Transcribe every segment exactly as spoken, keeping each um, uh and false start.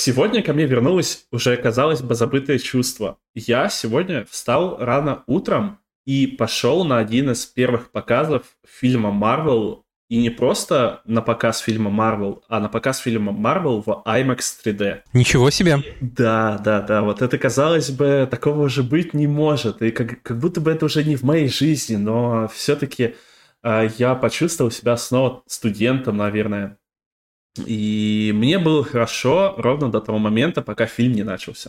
Сегодня ко мне вернулось уже, казалось бы, забытое чувство. Я сегодня встал рано утром и пошел на один из первых показов фильма Marvel. И не просто на показ фильма Marvel, а на показ фильма Marvel в IMAX три дэ. Ничего себе! Да, да, да. Вот это, казалось бы, такого уже быть не может. И как, как будто бы это уже не в моей жизни, но все-таки э, я почувствовал себя снова студентом, наверное. И мне было хорошо ровно до того момента, пока фильм не начался.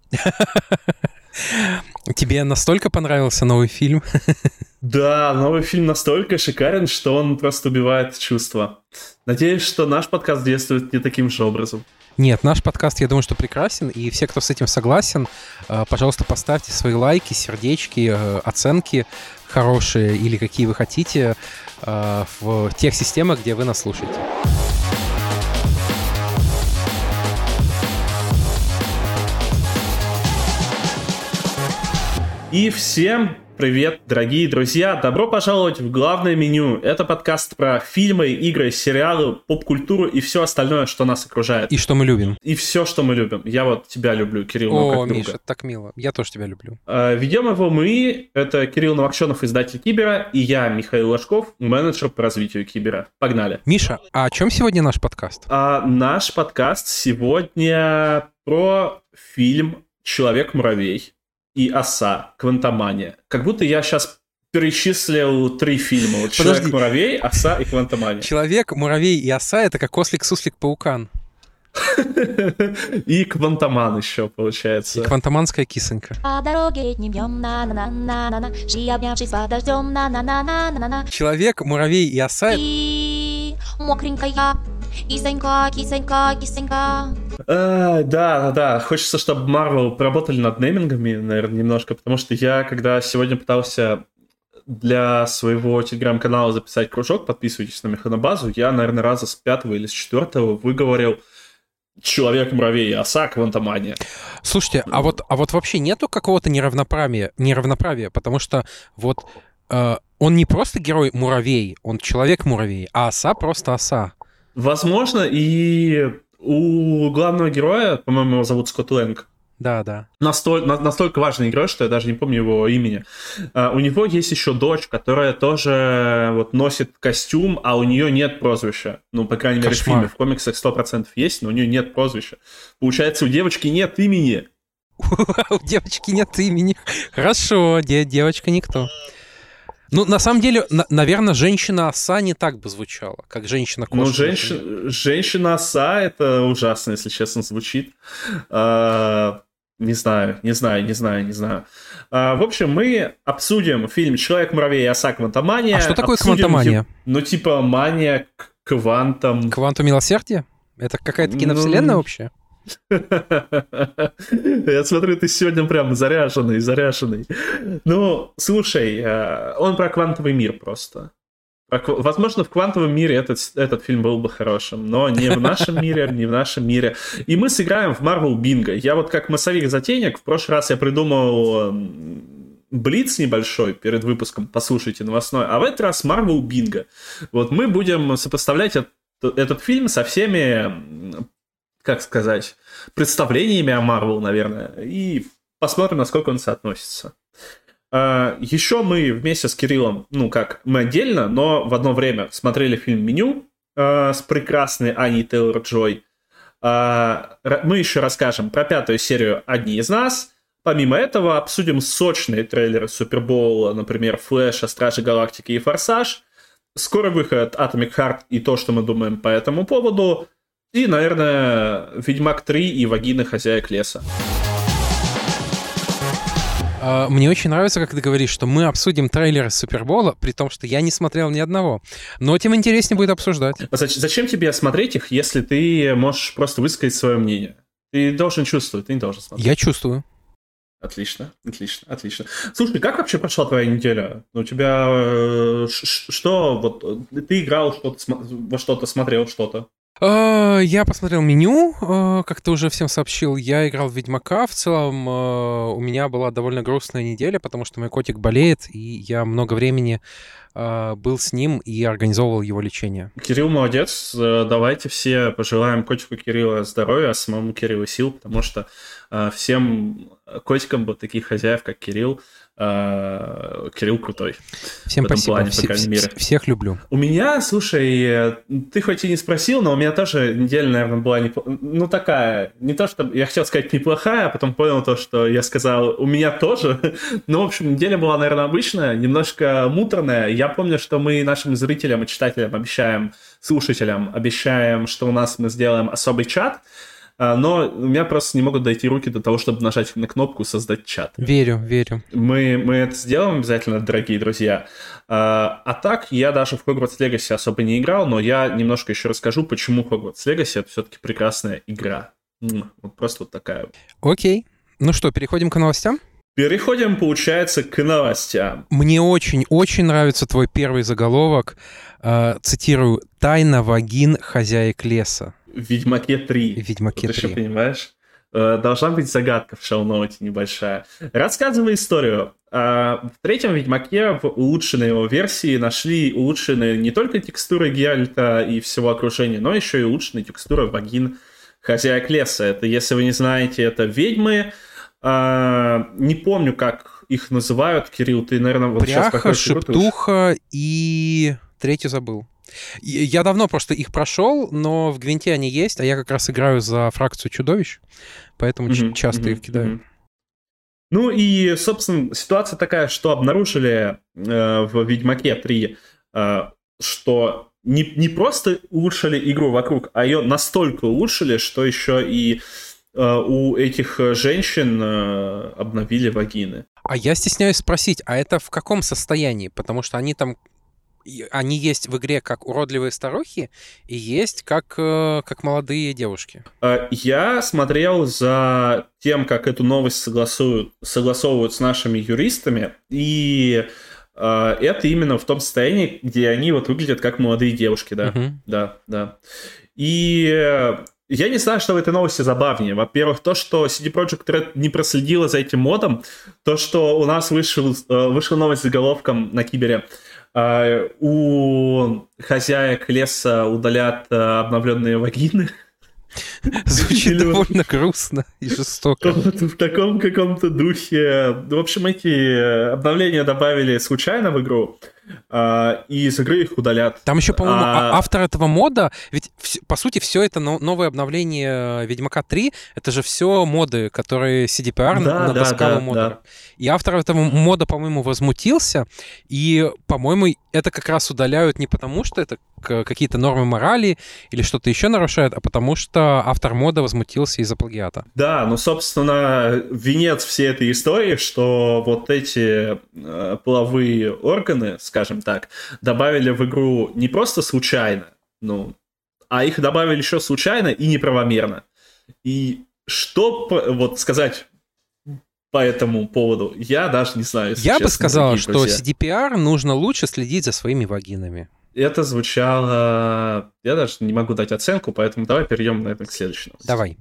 Тебе настолько понравился новый фильм? Да, новый фильм настолько шикарен, что он просто убивает чувства. Надеюсь, что наш подкаст действует не таким же образом. Нет, наш подкаст, я думаю, что прекрасен, и все, кто с этим согласен, пожалуйста, поставьте свои лайки, сердечки, оценки хорошие или какие вы хотите в тех системах, где вы нас слушаете. И всем привет, дорогие друзья! Добро пожаловать в главное меню. Это подкаст про фильмы, игры, сериалы, поп-культуру и все остальное, что нас окружает. И что мы любим. И все, что мы любим. Я вот тебя люблю, Кирилл, ну, как О, друга. Миша, так мило. Я тоже тебя люблю. Ведем его мы. Это Кирилл Новокшенов, издатель Кибера, и я, Михаил Ложков, менеджер по развитию Кибера. Погнали. Миша, а о чем сегодня наш подкаст? А наш подкаст сегодня про фильм «Человек-муравей» и «Оса», «Квантомания». Как будто я сейчас перечислил три фильма. Вот «Человек-муравей», «Оса» и «Квантомания». «Человек, муравей» и «Оса» — это как «Ослик, суслик, паукан». И «Квантоман» еще, получается. И «Квантоманская кисонька». «Человек, муравей и «Оса» мокренькая, кисонька, кисонька, кисонька. А, да, да, да. Хочется, чтобы Marvel поработали над неймингами, наверное, немножко, потому что я, когда сегодня пытался для своего телеграм-канала записать кружок, подписывайтесь на Механобазу, я, наверное, раза с пятого или с четвертого выговорил «Человек-муравей и «Оса», «Квантомания». Слушайте, а вот, а вот вообще нету какого-то неравноправия, неравноправия, потому что вот э, он не просто герой-муравей, он человек-муравей, а «Оса» просто «Оса». Возможно, и у главного героя, по-моему, его зовут Скотт Лэнг. Да, да. Настоль, на, настолько важный герой, что я даже не помню его имени. Uh, у него есть еще дочь, которая тоже вот носит костюм, а у нее нет прозвища. Ну, по крайней мере, в фильме, в комиксах сто процентов есть, но у нее нет прозвища. Получается, у девочки нет имени. У девочки нет имени. Хорошо, девочка никто. Ну, на самом деле, на- наверное, женщина-оса не так бы звучала, как женщина-кошка. Ну, женщ... женщина-оса — это ужасно, если честно, звучит. А, не знаю, не знаю, не знаю, не знаю. А, в общем, мы обсудим фильм «Человек-муравей и «Оса», «Квантомания». А что такое обсудим, «Квантомания»? Тип... Ну, типа мания к квантам. «Квантум милосердия»? Это какая-то киновселенная ну... вообще? Я смотрю, ты сегодня прям заряженный, заряженный. Ну, слушай, он про квантовый мир просто. Возможно, в квантовом мире этот, этот фильм был бы хорошим, но не в нашем мире, не в нашем мире. И мы сыграем в Marvel Bingo. Я вот как массовик-затейник, в прошлый раз я придумал блиц небольшой перед выпуском, послушайте, новостной, а в этот раз Marvel Bingo. Вот мы будем сопоставлять этот, этот фильм со всеми... как сказать, представлениями о Marvel, наверное, и посмотрим, насколько он соотносится. Uh, еще мы вместе с Кириллом, ну как, мы отдельно, но в одно время смотрели фильм «Меню» uh, с прекрасной Аней Тейлор-Джой. Uh, мы еще расскажем про пятую серию «Одни из нас». Помимо этого обсудим сочные трейлеры Супербоула, например, «Флэша», «Стражи Галактики» и «Форсаж». Скоро выход «Atomic Heart» и то, что мы думаем по этому поводу. И, наверное, «Ведьмак три» и «Вагины хозяек леса». Мне очень нравится, как ты говоришь, что мы обсудим трейлеры Супербола, при том, что я не смотрел ни одного. Но тем интереснее будет обсуждать. Зачем тебе смотреть их, если ты можешь просто высказать свое мнение? Ты должен чувствовать, ты не должен смотреть. Я чувствую. Отлично, отлично, отлично. Слушай, как вообще прошла твоя неделя? У тебя э, что, вот, ты играл что-то, во что-то, смотрел что-то? Я посмотрел «Меню», как ты уже всем сообщил. Я играл в «Ведьмака». В целом у меня была довольно грустная неделя, потому что мой котик болеет, и я много времени был с ним и организовывал его лечение. Кирилл молодец. Давайте все пожелаем котику Кирилла здоровья, а самому Кириллу сил, потому что всем котикам вот таких хозяев, как Кирилл, Кирилл крутой. Всем в этом спасибо. плане, Все, по крайней мере. Всех люблю. У меня, слушай, ты хоть и не спросил, но у меня тоже неделя, наверное, была не... ну такая, не то, что я хотел сказать неплохая, а потом понял то, что я сказал, у меня тоже. Ну, в общем, неделя была, наверное, обычная, немножко муторная. Я помню, что мы нашим зрителям и читателям обещаем, слушателям обещаем, что у нас мы сделаем особый чат, но у меня просто не могут дойти руки до того, чтобы нажать на кнопку «Создать чат». Верю, верю. Мы, мы это сделаем обязательно, дорогие друзья. А, а так, я даже в Hogwarts Legacy особо не играл, но я немножко еще расскажу, почему Hogwarts Legacy — это все-таки прекрасная игра. Вот просто вот такая. Окей. Ну что, переходим к новостям? Переходим, получается, к новостям. Мне очень-очень нравится твой первый заголовок. Э, цитирую: «Тайна вагин хозяек леса». В Ведьмаке три. В Ведьмаке Ты три. еще понимаешь? Должна быть загадка в шоу-ноуте небольшая. Рассказываю историю. В третьем Ведьмаке, в улучшенной его версии, нашли улучшенные не только текстуры Геральта и всего окружения, но еще и улучшенные текстуры вагин хозяек леса. Это, если вы не знаете, это ведьмы. Не помню, как их называют. Кирилл, ты, наверное, вот сейчас... Пряха, Шептуха и... Третью забыл. Я давно просто их прошел, но в Гвинте они есть, а я как раз играю за фракцию чудовищ, поэтому mm-hmm, часто mm-hmm, их кидаю. Mm-hmm. Ну и, собственно, ситуация такая, что обнаружили э, в Ведьмаке три, э, что не, не просто улучшили игру вокруг, а ее настолько улучшили, что еще и э, у этих женщин э, обновили вагины. А я стесняюсь спросить, а это в каком состоянии? Потому что они там... Они есть в игре как уродливые старухи и есть как, как молодые девушки. Я смотрел за тем, как эту новость согласуют, согласовывают с нашими юристами, и э, это именно в том состоянии, где они вот выглядят как молодые девушки, да, uh-huh. да, да. И э, я не знаю, что в этой новости забавнее. Во-первых, то, что си ди Projekt Red не проследила за этим модом, то, что у нас вышел, э, вышла новость с заголовком на Кибере. Uh, у хозяек леса удалят uh, обновленные вагины. Звучит довольно грустно и жестоко. В таком каком-то духе. В общем, эти обновления добавили случайно в игру, и из игры их удалят. Там еще, по-моему, а... автор этого мода, ведь, по сути, все это новое обновление Ведьмака три, это же все моды, которые си ди пи ар да, натаскал да, у модеров. Да. И автор этого мода, по-моему, возмутился, и, по-моему, это как раз удаляют не потому, что это какие-то нормы морали или что-то еще нарушает, а потому что автор мода возмутился из-за плагиата. Да, ну, собственно, венец всей этой истории, что вот эти э, половые органы, скажем так, добавили в игру не просто случайно, ну, а их добавили еще случайно и неправомерно. И что вот сказать по этому поводу, я даже не знаю. Я честно, бы сказал, что друзья. си ди пи ар нужно лучше следить за своими вагинами. Это звучало... Я даже не могу дать оценку, поэтому давай перейдем, наверное, к следующему. Давай.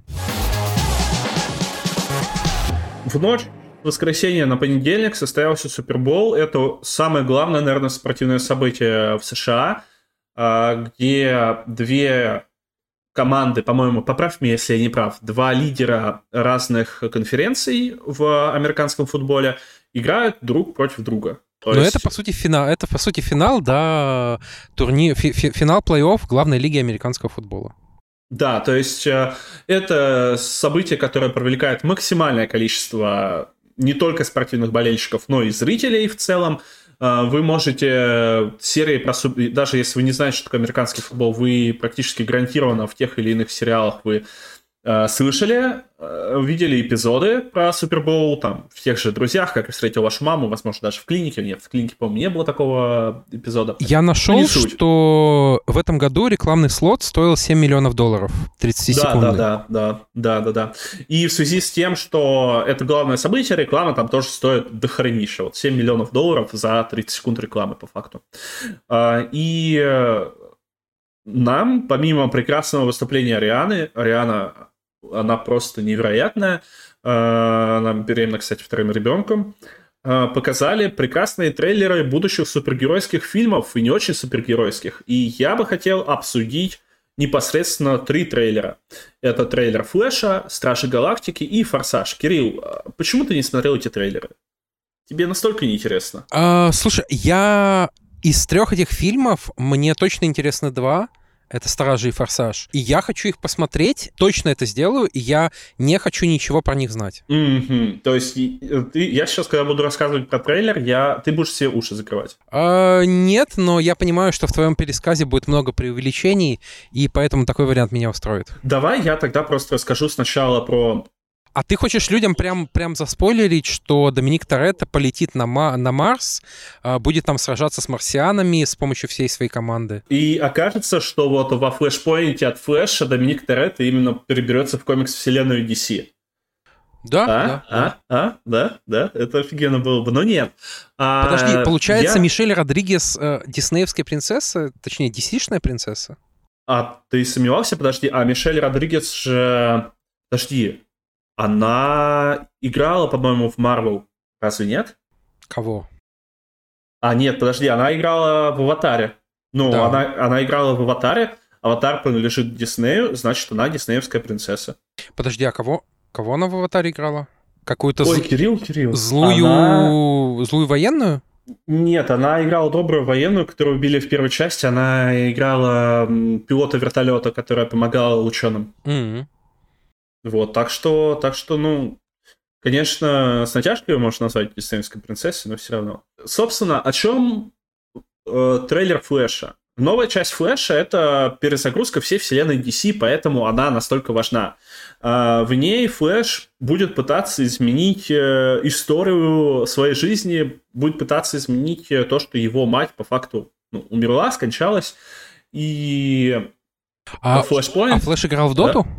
В ночь с воскресенья на понедельник состоялся Супербол. Это самое главное, наверное, спортивное событие в США, где две команды, по-моему, поправь меня, если я не прав, два лидера разных конференций в американском футболе играют друг против друга. То Но есть... это, по сути, финал, это, по сути, финал, да, турнир, фи- финал плей-офф главной лиги американского футбола. Да, то есть это событие, которое привлекает максимальное количество не только спортивных болельщиков, но и зрителей в целом. Вы можете серии, про... даже если вы не знаете, что такое американский футбол, вы практически гарантированно в тех или иных сериалах вы слышали, видели эпизоды про Супербоул, там, в тех же «Друзьях», «Как я встретил вашу маму», возможно, даже в «Клинике». Нет, в «Клинике», по-моему, не было такого эпизода. Я нашел, что в этом году рекламный слот стоил семь миллионов долларов, тридцать секунд. Да, да, да, да, да, да. И в связи с тем, что это главное событие, реклама там тоже стоит дохренища. Вот семь миллионов долларов за тридцать секунд рекламы, по факту. И нам, помимо прекрасного выступления Рианы, Риана... Она просто невероятная. Она беременна, кстати, вторым ребенком. э, показали прекрасные трейлеры будущих супергеройских фильмов и не очень супергеройских. И я бы хотел обсудить непосредственно три трейлера. Это трейлер Флэша, Стражи Галактики и Форсаж. Кирилл, почему ты не смотрел эти трейлеры? Тебе настолько неинтересно? А, слушай, я из трех этих фильмов, мне точно интересны два. Это «Стражи» и «Форсаж». И я хочу их посмотреть, точно это сделаю, и я не хочу ничего про них знать. Mm-hmm. То есть ты, я сейчас, когда буду рассказывать про трейлер, я, ты будешь себе уши закрывать? А, нет, но я понимаю, что в твоем пересказе будет много преувеличений, и поэтому такой вариант меня устроит. Давай я тогда просто расскажу сначала про... А ты хочешь людям прям, прям заспойлерить, что Доминик Торетто полетит на, Ма- на Марс, э, будет там сражаться с марсианами с помощью всей своей команды? И окажется, что вот во флешпоинте от Флэша Доминик Торетто именно переберется в комикс-вселенную ди си. Да, а, да, а, да. А, да, да, это офигенно было бы, но нет. Подожди, а, получается, я... Мишель Родригес э, диснеевская принцесса, точнее, ди си-шная принцесса? А, ты сомневался? Подожди, а Мишель Родригес же... Подожди, она играла, по-моему, в Марвел, разве нет? Кого? А, нет, подожди, она играла в «Аватаре». Ну, Да. она, она играла в «Аватаре», «Аватар» принадлежит Диснею, значит, она диснеевская принцесса. Подожди, а кого, кого она в «Аватаре» играла? Какую-то Ой, зл... Кирилл, Кирилл. злую... Она... злую военную? Нет, она играла добрую военную, которую убили в первой части. Она играла пилота вертолета, которая помогала ученым. Mm-hmm. Вот, так что, так что, ну, конечно, с натяжкой ее можно назвать диснеевской принцессой, но все равно. Собственно, о чем э, трейлер Флэша? Новая часть Флэша — это перезагрузка всей вселенной ди си, поэтому она настолько важна. Э, в ней Флэш будет пытаться изменить э, историю своей жизни, будет пытаться изменить э, то, что его мать по факту ну, умерла, скончалась, и... А, Flashpoint... а Флэш играл в Доту? Да?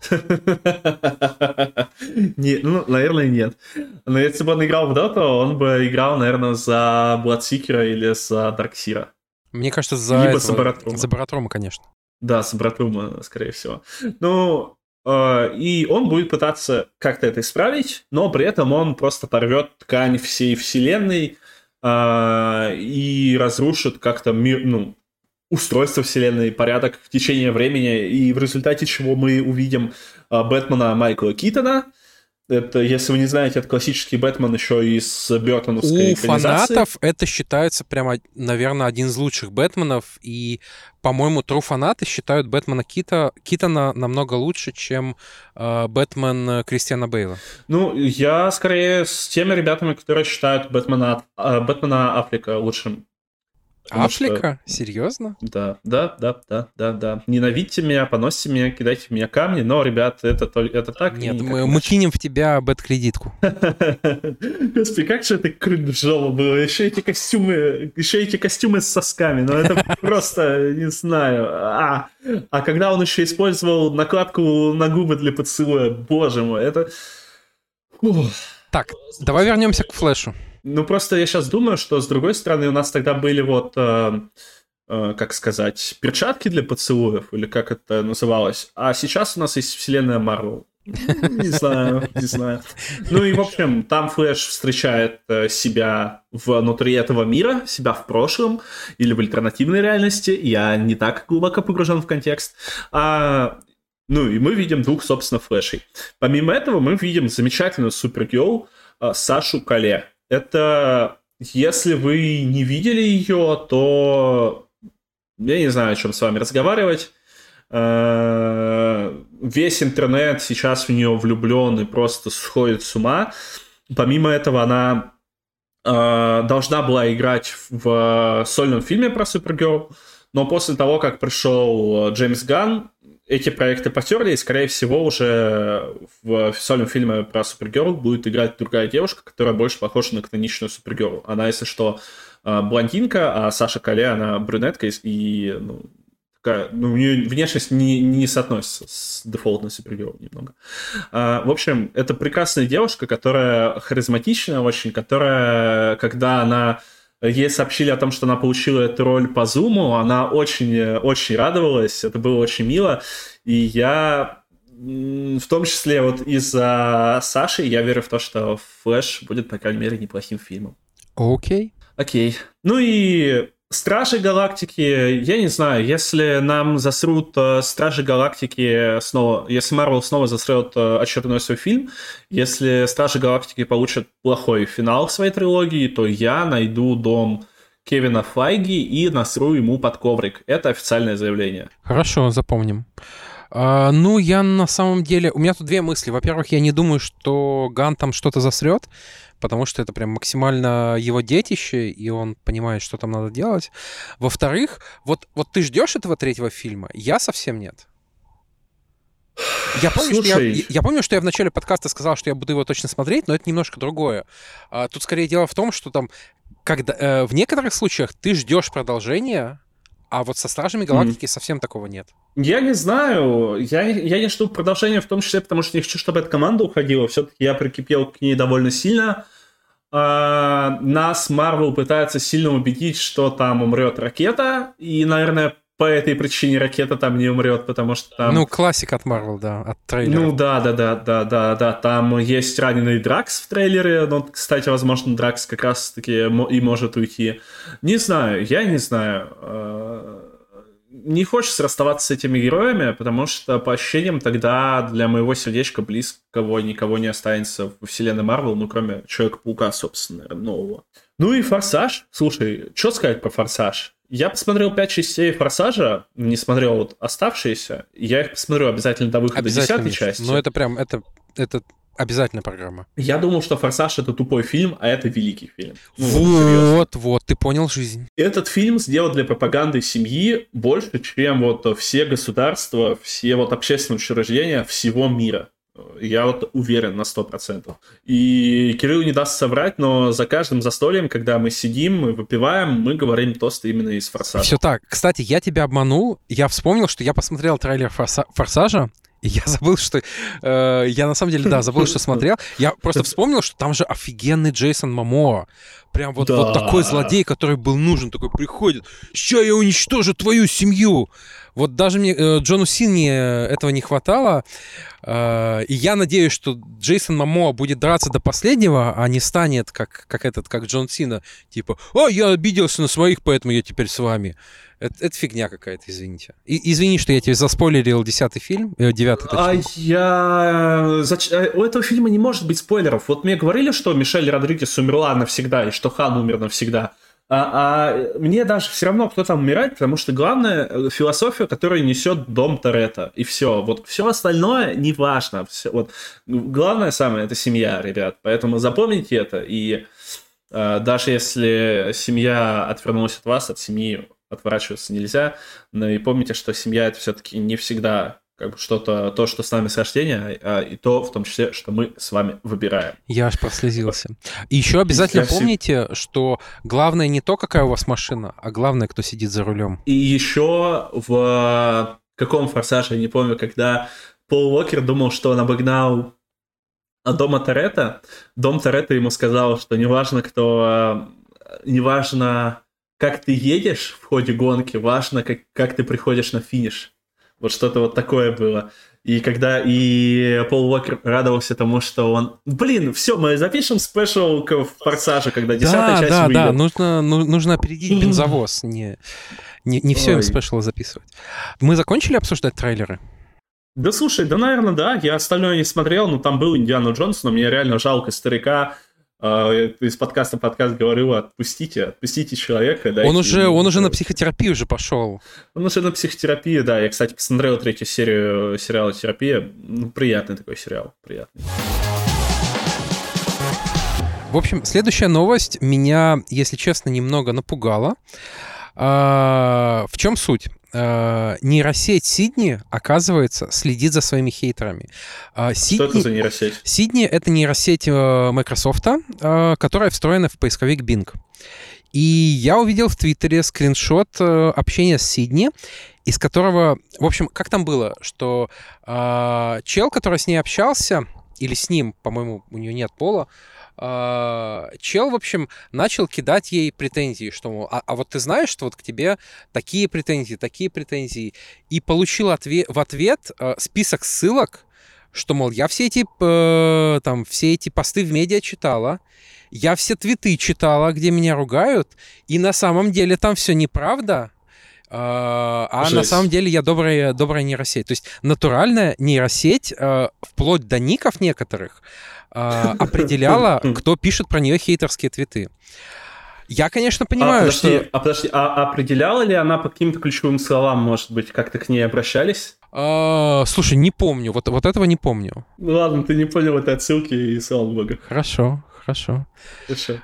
Не, ну, наверное, нет. Но если бы он играл в Dota, он бы играл, наверное, за Bloodseeker или за Дарксира. Мне кажется, за Либо этого... за Баратрума. За Баратрума, конечно. Да, за Баратрума, скорее всего. Ну, э, и он будет пытаться как-то это исправить, но при этом он просто порвет ткань всей вселенной э, и разрушит как-то мир, ну, устройство вселенной, порядок в течение времени, и в результате чего мы увидим а, Бэтмена Майкла Китона. Это, если вы не знаете, это классический Бэтмен еще из бёртоновской У экранизации. фанатов это считается прямо, наверное, один из лучших Бэтменов, и, по-моему, true фанаты считают Бэтмена Кита, Китона намного лучше, чем э, Бэтмен Кристиана Бейла. Ну, я скорее с теми ребятами, которые считают Бэтмена, э, Бэтмена Аффлека лучшим. Аффлека? Что... Серьезно? Да, да, да, да, да, да. Ненавидьте меня, поносите меня, кидайте в меня камни, но, ребят, это, это так. Нет, мы, мы кинем в тебя бэт-кредитку. Господи, как же это кринжово было. Еще эти костюмы, еще эти костюмы с сосками. Ну, это просто, не знаю. А, а когда он еще использовал накладку на губы для поцелуя, боже мой, это... Фух. Так, давай вернемся к Флэшу. Ну, просто я сейчас думаю, что, с другой стороны, у нас тогда были вот, э, э, как сказать, перчатки для поцелуев, или как это называлось, а сейчас у нас есть вселенная Марвел. Не знаю, не знаю. Ну и, в общем, там Флэш встречает себя внутри этого мира, себя в прошлом или в альтернативной реальности. Я не так глубоко погружен в контекст. А... Ну и мы видим двух, собственно, Флэшей. Помимо этого мы видим замечательную супергерл Сашу Кале. Это, если вы не видели ее, то я не знаю, о чем с вами разговаривать. Весь интернет сейчас в нее влюблен и просто сходит с ума. Помимо этого, она должна была играть в сольном фильме про Супергерл, но после того, как пришел Джеймс Ганн, эти проекты потерли, и, скорее всего, уже в сольном фильме про Супергерл будет играть другая девушка, которая больше похожа на каноничную Супергерл. Она, если что, блондинка, а Саша Кале, она брюнетка, и ну, такая, ну, у нее внешность не, не соотносится с дефолтной Супергерл немного. В общем, это прекрасная девушка, которая харизматичная очень, которая, когда она... Ей сообщили о том, что она получила эту роль по Зуму, она очень-очень радовалась, это было очень мило, и я В том числе вот из-за Саши я верю в то, что Флэш будет, по крайней мере, неплохим фильмом. Окей. Окей. Ну и Стражи Галактики, я не знаю, если нам засрут э, Стражи Галактики снова, если Марвел снова засрет э, очередной свой фильм, если Стражи Галактики получат плохой финал в своей трилогии, то я найду дом Кевина Файги и насру ему под коврик. Это официальное заявление. Хорошо, запомним. А, ну, я на самом деле... У меня тут две мысли. Во-первых, я не думаю, что Ганн там что-то засрет, потому что это прям максимально его детище, и он понимает, что там надо делать. Во-вторых, вот, вот ты ждешь этого третьего фильма? Я совсем нет. Я помню, что я, я помню, что я в начале подкаста сказал, что я буду его точно смотреть, но это немножко другое. А, тут скорее дело в том, что там когда, э, в некоторых случаях ты ждешь продолжения, а вот со Стражами Галактики mm. совсем такого нет. Я не знаю. Я, я не жду продолжения, в том числе, потому что не хочу, чтобы эта команда уходила. Все-таки я прикипел к ней довольно сильно. А, нас Марвел пытается сильно убедить, что там умрет ракета. И, наверное, по этой причине ракета там не умрет, потому что там... Ну, классик от Марвел, да, от трейлера. Ну, да, да, да, да, да, да. Там есть раненый Дракс в трейлере, но, кстати, возможно, Дракс как раз-таки и может уйти. Не знаю, я не знаю. Не хочется расставаться с этими героями, потому что, по ощущениям, тогда для моего сердечка близкого никого не останется в вселенной Марвел, ну, кроме Человека-паука, собственно, нового. Ну и Форсаж. Слушай, что сказать про Форсаж? Я посмотрел пять частей Форсажа, не смотрел вот оставшиеся. Я их посмотрю обязательно до выхода десятой части. Ну, это прям, это, это обязательная программа. Я думал, что Форсаж — это тупой фильм, а это великий фильм. Ну, вот, вот, ты понял жизнь. Этот фильм сделал для пропаганды семьи больше, чем вот все государства, все вот общественные учреждения всего мира. Я вот уверен на сто процентов. И Кирилл не даст соврать, но за каждым застольем, когда мы сидим, мы выпиваем, мы говорим тосты именно из Форсажа. Все так. Кстати, я тебя обманул. Я вспомнил, что я посмотрел трейлер Форса- Форсажа, и я забыл, что... Э, я на самом деле, да, забыл, что смотрел. Я просто вспомнил, что там же офигенный Джейсон Момоа. Прям вот, да. вот такой злодей, который был нужен, такой приходит. Ща я уничтожу твою семью. Вот даже мне, э, Джону Сине этого не хватало. Э, и я надеюсь, что Джейсон Момоа будет драться до последнего, а не станет, как, как этот, как Джон Сина. Типа, о, я обиделся на своих, поэтому я теперь с вами. Это, это фигня какая-то, извините. И, извини, что я тебе заспойлерил десятый фильм, э, девятый точнее. А я... У этого фильма не может быть спойлеров. Вот мне говорили, что Мишель Родригес умерла навсегда, и что Хан умер навсегда. А, а мне даже все равно, кто там умирает, потому что главное философия, которую несет дом Торетто. И все. Вот все остальное не важно. Все, вот, главное самое — это семья, ребят. Поэтому запомните это. И а, даже если семья отвернулась от вас, от семьи отворачиваться нельзя. Но и помните, что семья — это все-таки не всегда как бы что-то, то, что с нами с рождения, а и то, в том числе, что мы с вами выбираем. Я аж прослезился. И еще обязательно Я помните, все... что главное не то, какая у вас машина, а главное, кто сидит за рулем. И еще в каком «Форсаже», я не помню, когда Пол Уокер думал, что он обогнал дома Торетто, дом Торетто ему сказал, что неважно, кто... Неважно, как ты едешь в ходе гонки, важно, как, как ты приходишь на финиш. Вот что-то вот такое было. И когда и Пол Уокер радовался тому, что он... Блин, все, мы запишем спешл к Форсажу, когда десятая да, часть да, выйдет. Да, да, нужно, ну, нужно опередить бензовоз, не, не, не все им спешл записывать. Мы закончили обсуждать трейлеры? Да слушай, да, наверное, да. Я остальное не смотрел, но там был Индиана Джонс, но мне реально жалко старика. Из подкаста в подкаст говорил: отпустите, отпустите человека. Он уже, он уже на психотерапию уже пошел. Он уже на психотерапию, да. Я, кстати, посмотрел третью серию сериала «Терапия». Ну, приятный такой сериал, приятный. В общем, следующая новость меня, если честно, немного напугала. А, в чем суть? Uh, нейросеть Сидни, оказывается, следит за своими хейтерами. Uh, Сидни, Что это за нейросеть? Сидни — это нейросеть uh, Microsoft, uh, которая встроена в поисковик Bing. И я увидел в Твиттере скриншот uh, общения с Сидни, из которого... В общем, как там было? Что uh, чел, который с ней общался, или с ним, по-моему, у нее нет пола, чел, в общем, начал кидать ей претензии, что, а, а вот ты знаешь, что вот к тебе такие претензии, такие претензии, и получил отве- в ответ список ссылок что, мол, я все эти, э, там, все эти посты в медиа читала, я все твиты читала, где меня ругают, и на самом деле там все неправда, э, а Жесть. на самом деле я добрая, добрая нейросеть. То есть натуральная нейросеть, э, вплоть до ников некоторых, э, определяла, кто пишет про нее хейтерские твиты. Я, конечно, понимаю, а, подожди, что... А подожди, а определяла ли она по каким-то ключевым словам, может быть, как-то к ней обращались? А, слушай, не помню, вот, вот этого не помню. Ну ладно, ты не понял этой отсылки, и слава богу. Хорошо, хорошо. Хорошо.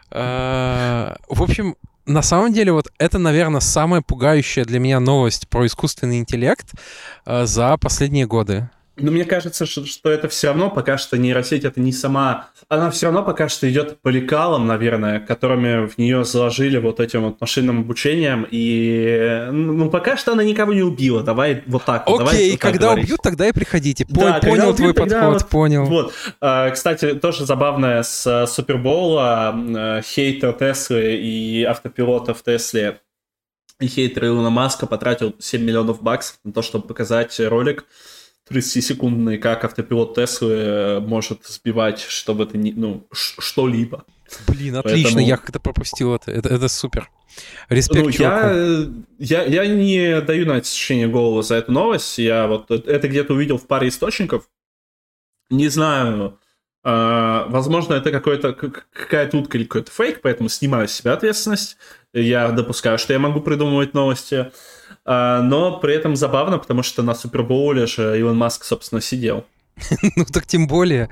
А, в общем, на самом деле, вот это, наверное, самая пугающая для меня новость про искусственный интеллект а, за последние годы. Но мне кажется, что, что это все равно пока что нейросеть, это не сама... Она все равно пока что идет по лекалам, наверное, которыми в нее заложили вот этим вот машинным обучением. И, ну, пока что она никого не убила. Давай вот так. Окей, давай вот так когда говорить. убьют, тогда и приходите. По- Да, понял убьют, твой подход, вот, понял. Вот. А, кстати, тоже забавное с Супербоула. А, хейтер Теслы и автопилотов Тесле и хейтер Илона Маска потратил семь миллионов баксов на то, чтобы показать ролик тридцатисекундный, как автопилот Теслы может сбивать, чтобы это не, ну, ш- что-либо. Блин, отлично, Поэтому... я как-то пропустил это. Это, это супер. Респект, ну, чуваку. Я, я, я не даю на отсечение голову за эту новость. Я вот это где-то увидел в паре источников. Не знаю. Uh, возможно, это какой-то, какая-то утка или какой-то фейк, поэтому снимаю с себя ответственность. Я допускаю, что я могу придумывать новости. Uh, но при этом забавно, потому что на Супербоуле же Илон Маск, собственно, сидел. Ну так тем более.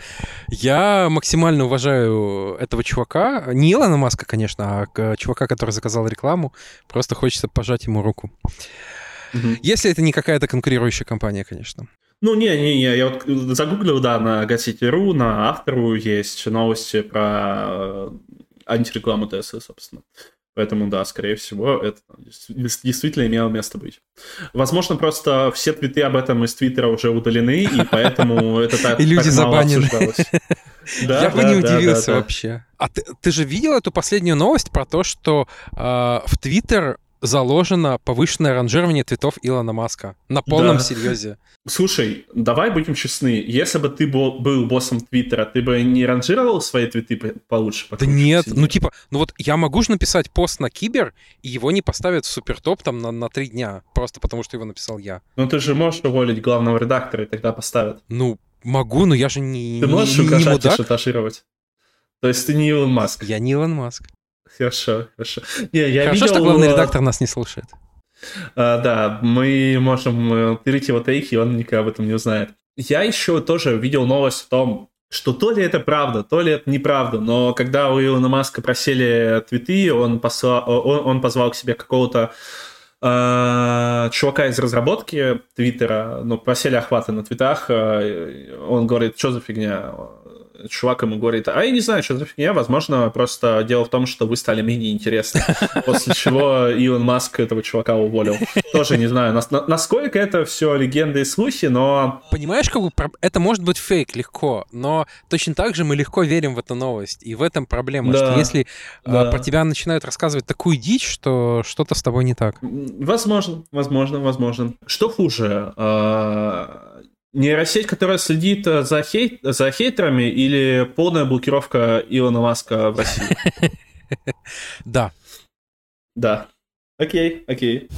Я максимально уважаю этого чувака. Не Илона Маска, конечно, а чувака, который заказал рекламу. Просто хочется пожать ему руку. Mm-hmm. Если это не какая-то конкурирующая компания, конечно. Ну, не-не-не, я вот загуглил, да, на Газете точка ру, на Автору есть новости про антирекламу Теслы, собственно. Поэтому, да, скорее всего, это действительно имело место быть. Возможно, просто все твиты об этом из Твиттера уже удалены, и поэтому это так, и люди так мало забанены. обсуждалось. Да, я да, бы не да, удивился да, да. вообще. А ты, ты же видел эту последнюю новость про то, что э, в Твиттер заложено повышенное ранжирование твитов Илона Маска? На полном да. серьезе. Слушай, давай будем честны. Если бы ты был, был боссом Твиттера, ты бы не ранжировал свои твиты получше? Да нет, сильнее? Ну типа, ну вот я могу же написать пост на Кибер, и его не поставят в супертоп там на, на три дня, просто потому что его написал я. Ну ты же можешь уволить главного редактора, и тогда поставят. Ну, могу, но я же не Ты можешь не, не угрожать и мудак. шантажировать? То есть ты не Илон Маск? Я не Илон Маск. Хорошо, хорошо. Не, я хорошо, видел... что главный редактор нас не слушает. Uh, да, мы можем перейти его тейки, и он никогда об этом не узнает. Я еще тоже видел новость в том, что то ли это правда, то ли это неправда, но когда у Илона Маска просели твиты, он, посла... он, он позвал к себе какого-то uh, чувака из разработки Твиттера, ну, просели охваты на твитах, uh, он говорит, что за фигня? Чувак ему говорит, а я не знаю, что за фигня, возможно, просто дело в том, что вы стали менее интересны. После чего Илон Маск этого чувака уволил. Тоже не знаю, насколько это все легенды и слухи, но... Понимаешь, как бы это может быть фейк легко, но точно так же мы легко верим в эту новость. И в этом проблема, да, что если да. про тебя начинают рассказывать такую дичь, что что-то с тобой не так. Возможно, возможно, возможно. Что хуже? Нейросеть, которая следит за, хейт, за хейтерами, или полная блокировка Илона Маска в России? Да. Да. Окей, окей.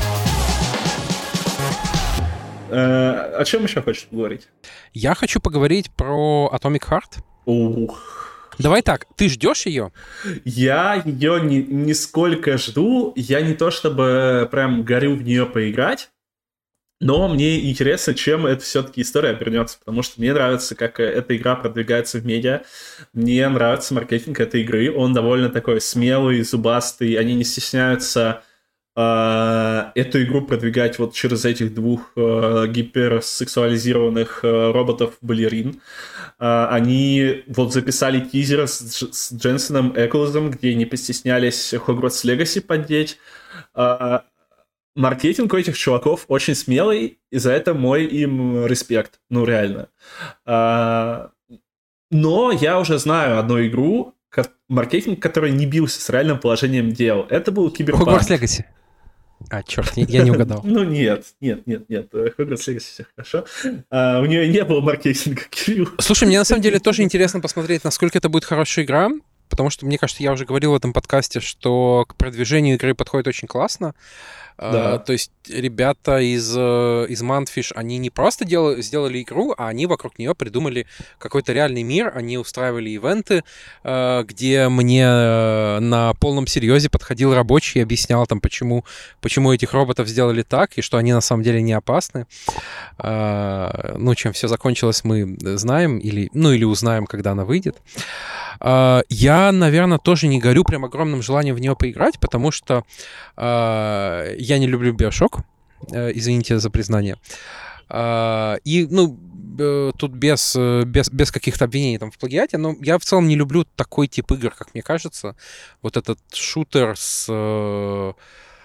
Э, о чем еще хочешь поговорить? Я хочу поговорить про Atomic Heart. Ух. Давай так, ты ждешь ее? Я ее не, нисколько жду. Я не то чтобы прям горю в нее поиграть. Но мне интересно, чем эта все-таки история обернется, потому что мне нравится, как эта игра продвигается в медиа, мне нравится маркетинг этой игры, он довольно такой смелый, зубастый, они не стесняются э, эту игру продвигать вот через этих двух э, гиперсексуализированных э, роботов-балерин. Э, они вот записали тизер с, с Дженсеном Эклзом, где не постеснялись Hogwarts Legacy поддеть. Э, Маркетинг у этих чуваков очень смелый, и за это мой им респект. Ну, реально. А, но я уже знаю одну игру, маркетинг, который не бился с реальным положением дел. Это был Киберпанк. Hogwarts Legacy. А, черт, я не угадал. Ну нет, нет, нет, нет. Хогвартс Легаси все хорошо. А, у нее не было маркетинга, Кирилл. Слушай, мне на самом деле тоже интересно посмотреть, насколько это будет хорошая игра, потому что, мне кажется, я уже говорил в этом подкасте, что к продвижению игры подходит очень классно. Да. Uh, то есть ребята из, uh, из Mantfish, они не просто дел- сделали игру, а они вокруг нее придумали какой-то реальный мир, они устраивали ивенты, uh, где мне uh, на полном серьезе подходил рабочий и объяснял, там, почему, почему этих роботов сделали так, и что они на самом деле не опасны. Uh, ну, чем все закончилось, мы знаем, или, ну, или узнаем, когда она выйдет. Uh, я, наверное, тоже не горю прям огромным желанием в нее поиграть, потому что uh, я не люблю Биошок, uh, извините за признание. Uh, и, ну, uh, тут без, uh, без, без каких-то обвинений там в плагиате, но я в целом не люблю такой тип игр, как мне кажется. Вот этот шутер с... Uh,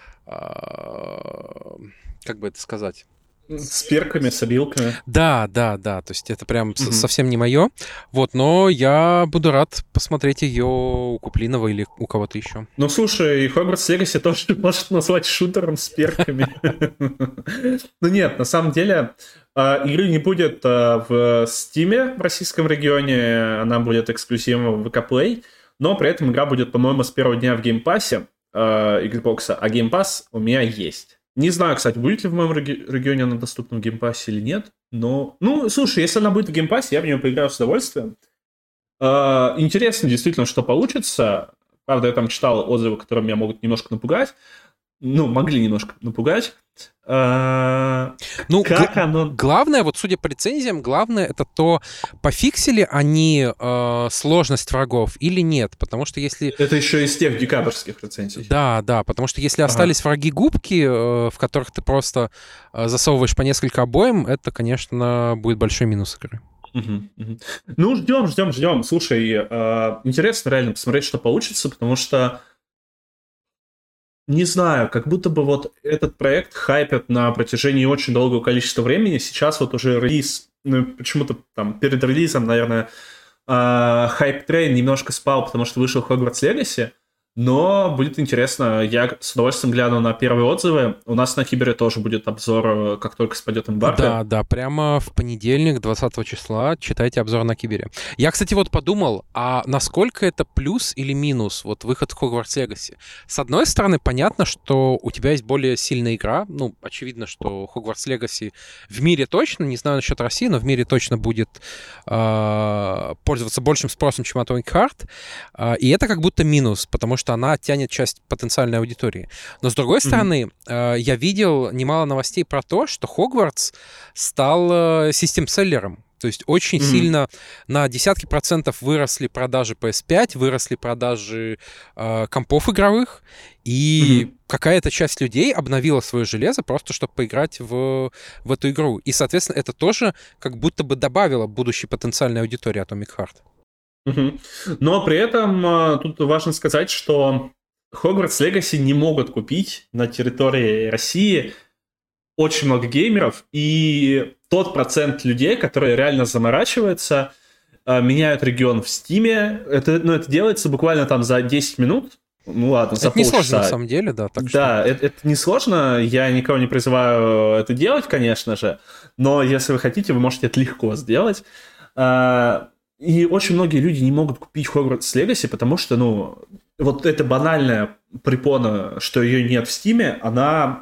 uh, как бы это сказать? С перками, с обилками. Да, да, да, то есть это прям mm-hmm. совсем не мое. Вот, но я буду рад посмотреть ее у Куплинова или у кого-то еще. Ну, слушай, Хогвартс Легаси тоже может назвать шутером с перками. Ну нет, на самом деле игры не будет в Steam в российском регионе, она будет эксклюзивом в ви кей Play, но при этом игра будет, по-моему, с первого дня в геймпассе Xbox, а геймпасс у меня есть. Не знаю, кстати, будет ли в моем регионе она доступна в геймпассе или нет, но... Ну, слушай, если она будет в геймпассе, я в нее поиграю с удовольствием. Uh, интересно действительно, что получится. Правда, я там читал отзывы, которые меня могут немножко напугать. Ну, могли немножко напугать. Uh, ну, как г- оно... Главное, вот судя по рецензиям, главное это то, пофиксили они э, сложность врагов или нет. Потому что если... Это еще из тех декабрьских рецензий. Да, да, потому что если ага. остались враги-губки, э, в которых ты просто э, засовываешь по несколько обоим, это, конечно, будет большой минус игры. Угу, угу. Ну, ждем, ждем, ждем. Слушай, э, интересно реально посмотреть, что получится, потому что не знаю, как будто бы вот этот проект хайпят на протяжении очень долгого количества времени. Сейчас вот уже релиз, ну, почему-то там перед релизом, наверное, э, хайп-трейн немножко спал, потому что вышел Хогвартс Легаси. Но будет интересно, я с удовольствием гляну на первые отзывы. У нас на Кибере тоже будет обзор, как только спадет эмбарго. Да, да, прямо в понедельник, двадцатого числа, читайте обзор на Кибере. Я, кстати, вот подумал, а насколько это плюс или минус, вот выход Хогвартс Легаси? С одной стороны, понятно, что у тебя есть более сильная игра. Ну, очевидно, что Хогвартс Легаси в мире точно, не знаю насчет России, но в мире точно будет э, пользоваться большим спросом, чем Atomic Heart. Э, и это как будто минус, потому что она оттянет часть потенциальной аудитории. Но, с другой стороны, mm-hmm. э, я видел немало новостей про то, что Хогвартс стал э, систем-селлером. То есть очень mm-hmm. сильно на десятки процентов выросли продажи пи эс пять, выросли продажи э, компов игровых, и mm-hmm. какая-то часть людей обновила свое железо просто, чтобы поиграть в, в эту игру. И, соответственно, это тоже как будто бы добавило будущей потенциальной аудитории Atomic Heart. Угу. Но при этом тут важно сказать, что Хогвартс Легаси не могут купить на территории России очень много геймеров, и тот процент людей, которые реально заморачиваются, меняют регион в Стиме, это, ну, это делается буквально там за десять минут. Ну ладно, за полчаса. Это несложно на самом деле, да. Так да, что... это, это несложно, я никого не призываю это делать, конечно же, но если вы хотите, вы можете это легко сделать. И очень многие люди не могут купить Хогвартс Легаси, потому что, ну, вот эта банальная препона, что ее нет в Стиме, она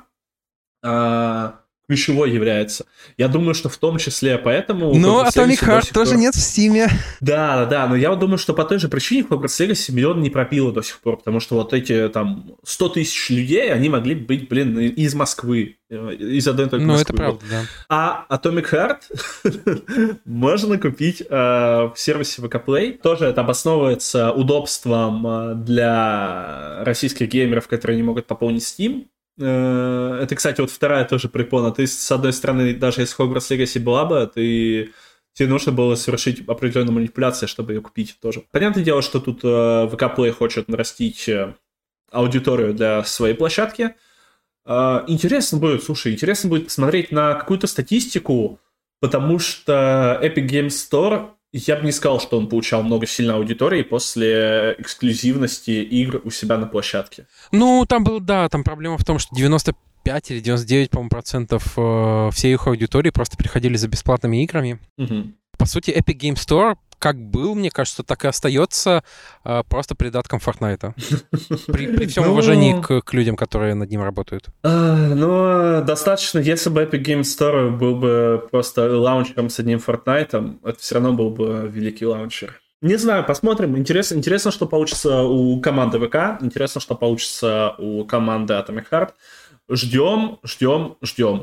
э, ключевой является. Я думаю, что в том числе поэтому... Но Atomic Heart тоже пор... нет в Стиме. Да, да, но я вот думаю, что по той же причине Хогвартс Легаси миллион не пропило до сих пор, потому что вот эти там сто тысяч людей, они могли быть, блин, из Москвы, из одной только ну, Москвы. Ну, это правда, да. А Atomic Heart можно купить э, в сервисе ви кей Play. Тоже это обосновывается удобством для российских геймеров, которые не могут пополнить Steam. Это, кстати, вот вторая тоже препона. Ты, с одной стороны, даже если Hogwarts Legacy была бы, ты... тебе нужно было совершить определенную манипуляцию, чтобы ее купить тоже. Понятное дело, что тут ви кей Play хочет нарастить аудиторию для своей площадки. Интересно будет, слушай, интересно будет посмотреть на какую-то статистику, потому что Epic Games Store, я бы не сказал, что он получал много сильной аудитории после эксклюзивности игр у себя на площадке. Ну, там был, да, там проблема в том, что девяносто пять или девяносто девять, по-моему, процентов э, всей их аудитории просто приходили за бесплатными играми. Угу. По сути, Epic Game Store как был, мне кажется, так и остается э, просто придатком Fortnite. При, при всем Ну, уважении к, к людям, которые над ним работают. а, Ну, достаточно, если бы Epic Game Store был бы просто лаунчером с одним Fortnite, это все равно был бы великий лаунчер. Не знаю, посмотрим. Интересно, интересно, что получится у команды ВК, интересно, что получится у команды Atomic Heart. Ждем, ждем, ждем.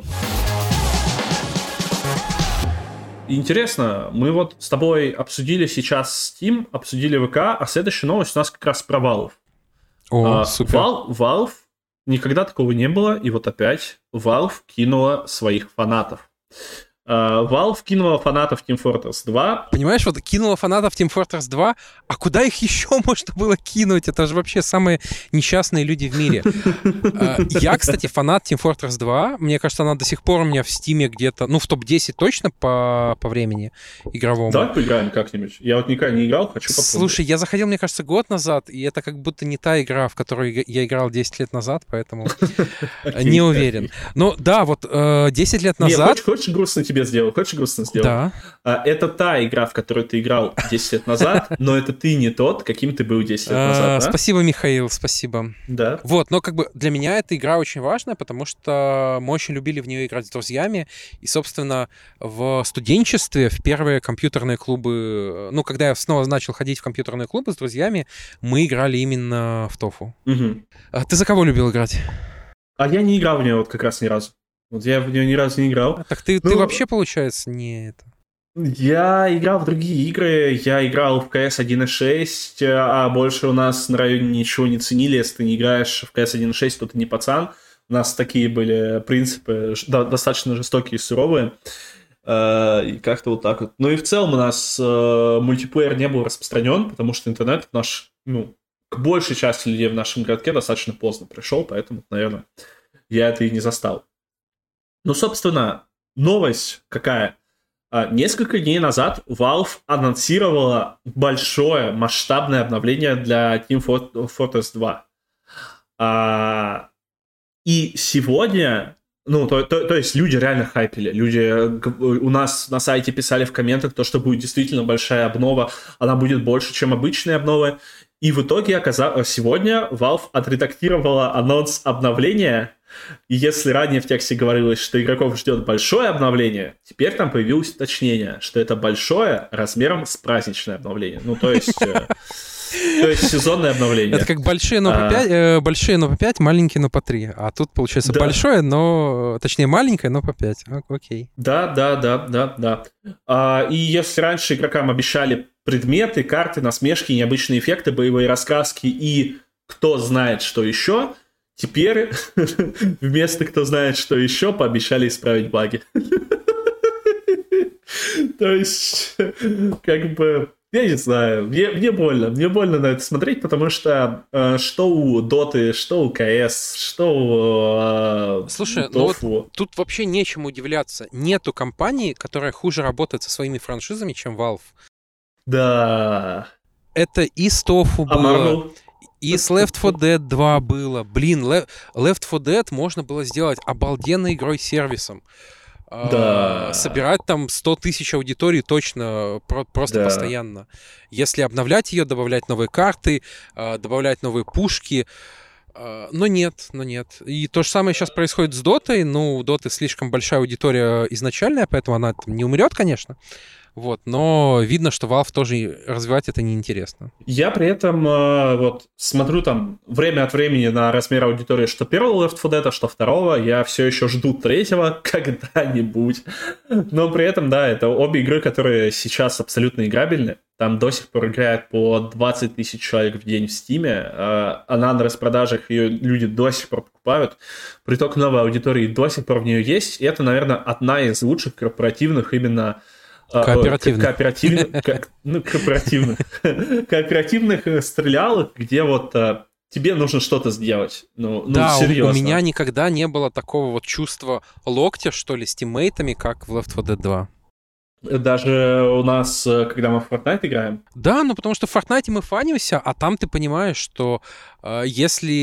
Интересно, мы вот с тобой обсудили сейчас Steam, обсудили ВК, а следующая новость у нас как раз про Valve. О, а, супер. Valve, Valve, никогда такого не было, и вот опять Valve кинула своих фанатов. Uh, Valve кинула фанатов Team Fortress два. Понимаешь, вот кинула фанатов Team Fortress два, а куда их еще можно было кинуть? Это же вообще самые несчастные люди в мире. Uh, я, кстати, фанат Team Fortress два. Мне кажется, она до сих пор у меня в Стиме где-то, ну, в топ десять точно по, по времени игровому. Давай поиграем как-нибудь. Я вот никогда не играл, хочу попробовать. Слушай, я заходил, мне кажется, год назад, и это как будто не та игра, в которую я играл десять лет назад, поэтому не уверен. Ну, да, вот десять лет назад... Хочешь грустно тебе сделать? Хочешь грустно сделать? Да. Это та игра, в которую ты играл десять лет назад, но это ты не тот, каким ты был десять лет назад, да? Спасибо, Михаил, спасибо. Да. Вот, но как бы для меня эта игра очень важная, потому что мы очень любили в нее играть с друзьями, и, собственно, в студенчестве, в первые компьютерные клубы, ну, когда я снова начал ходить в компьютерные клубы с друзьями, мы играли именно в Тофу. Угу. А ты за кого любил играть? А я не играл в нее вот как раз ни разу. Вот я в нее ни разу не играл. А, так ты, ну, ты вообще, получается, не это... Я играл в другие игры, я играл в си эс один точка шесть, а больше у нас на районе ничего не ценили. Если ты не играешь в си эс один точка шесть, то ты не пацан. У нас такие были принципы да, достаточно жестокие и суровые. И как-то вот так вот. Ну и в целом у нас мультиплеер не был распространен, потому что интернет наш, ну, к большей части людей в нашем городке достаточно поздно пришел, поэтому, наверное, я это и не застал. Ну, собственно, новость какая? Несколько дней назад Valve анонсировала большое масштабное обновление для Team Fortress два. И сегодня, ну, то, то, то есть люди реально хайпили. Люди у нас на сайте писали в комментах то, что будет действительно большая обнова. Она будет больше, чем обычные обновы. И в итоге оказалось, сегодня Valve отредактировала анонс обновления. И если ранее в тексте говорилось, что игроков ждет большое обновление, теперь там появилось уточнение, что это большое размером с праздничное обновление. Ну, то есть... То есть сезонное обновление. Это как большие, но по пять, э, большие, но по пять, маленькие, но по три. А тут, получается, да. большое, но... Точнее, маленькое, но по пять. Окей. Да, да, да, да, да. А, и если раньше игрокам обещали предметы, карты, насмешки, необычные эффекты, боевые раскраски и кто знает, что еще, теперь вместо кто знает, что еще, пообещали исправить баги. То есть, как бы... Я не знаю, мне, мне больно, мне больно на это смотреть, потому что э, что у Доты, что у КС, что у э, Слушай, ну вот тут вообще нечему удивляться. Нету компании, которая хуже работает со своими франшизами, чем Valve. Да. Это и с Тофу а было, Marvel? И с Left four Dead два было. Блин, Left four Dead можно было сделать обалденной игрой-сервисом. Да. Собирать там сто тысяч аудиторий точно, про- просто да. постоянно. Если обновлять ее, добавлять новые карты, добавлять новые пушки. Но нет, но нет. И то же самое сейчас происходит с Дотой. Ну, у Доты слишком большая аудитория изначальная, поэтому она там не умрет, конечно. Вот, но видно, что Valve тоже развивать это неинтересно. Я при этом э, вот смотрю там время от времени на размер аудитории, что первого Left four Dead, что второго. Я все еще жду третьего когда-нибудь. Но при этом, да, это обе игры, которые сейчас абсолютно играбельны. Там до сих пор играет по двадцать тысяч человек в день в Стиме. Э, она на распродажах, ее люди до сих пор покупают. Приток новой аудитории до сих пор в нее есть. И это, наверное, одна из лучших корпоративных именно Кооперативных. Кооперативных, как, ну, кооперативных. Кооперативных стрелялок, где вот а, тебе нужно что-то сделать. Ну, ну да, серьезно. У, у меня никогда не было такого вот чувства локтя, что ли, с тиммейтами, как в Left four Dead два. Даже у нас, когда мы в Fortnite играем? Да, ну потому что в Fortnite мы фанимся, а там ты понимаешь, что э, если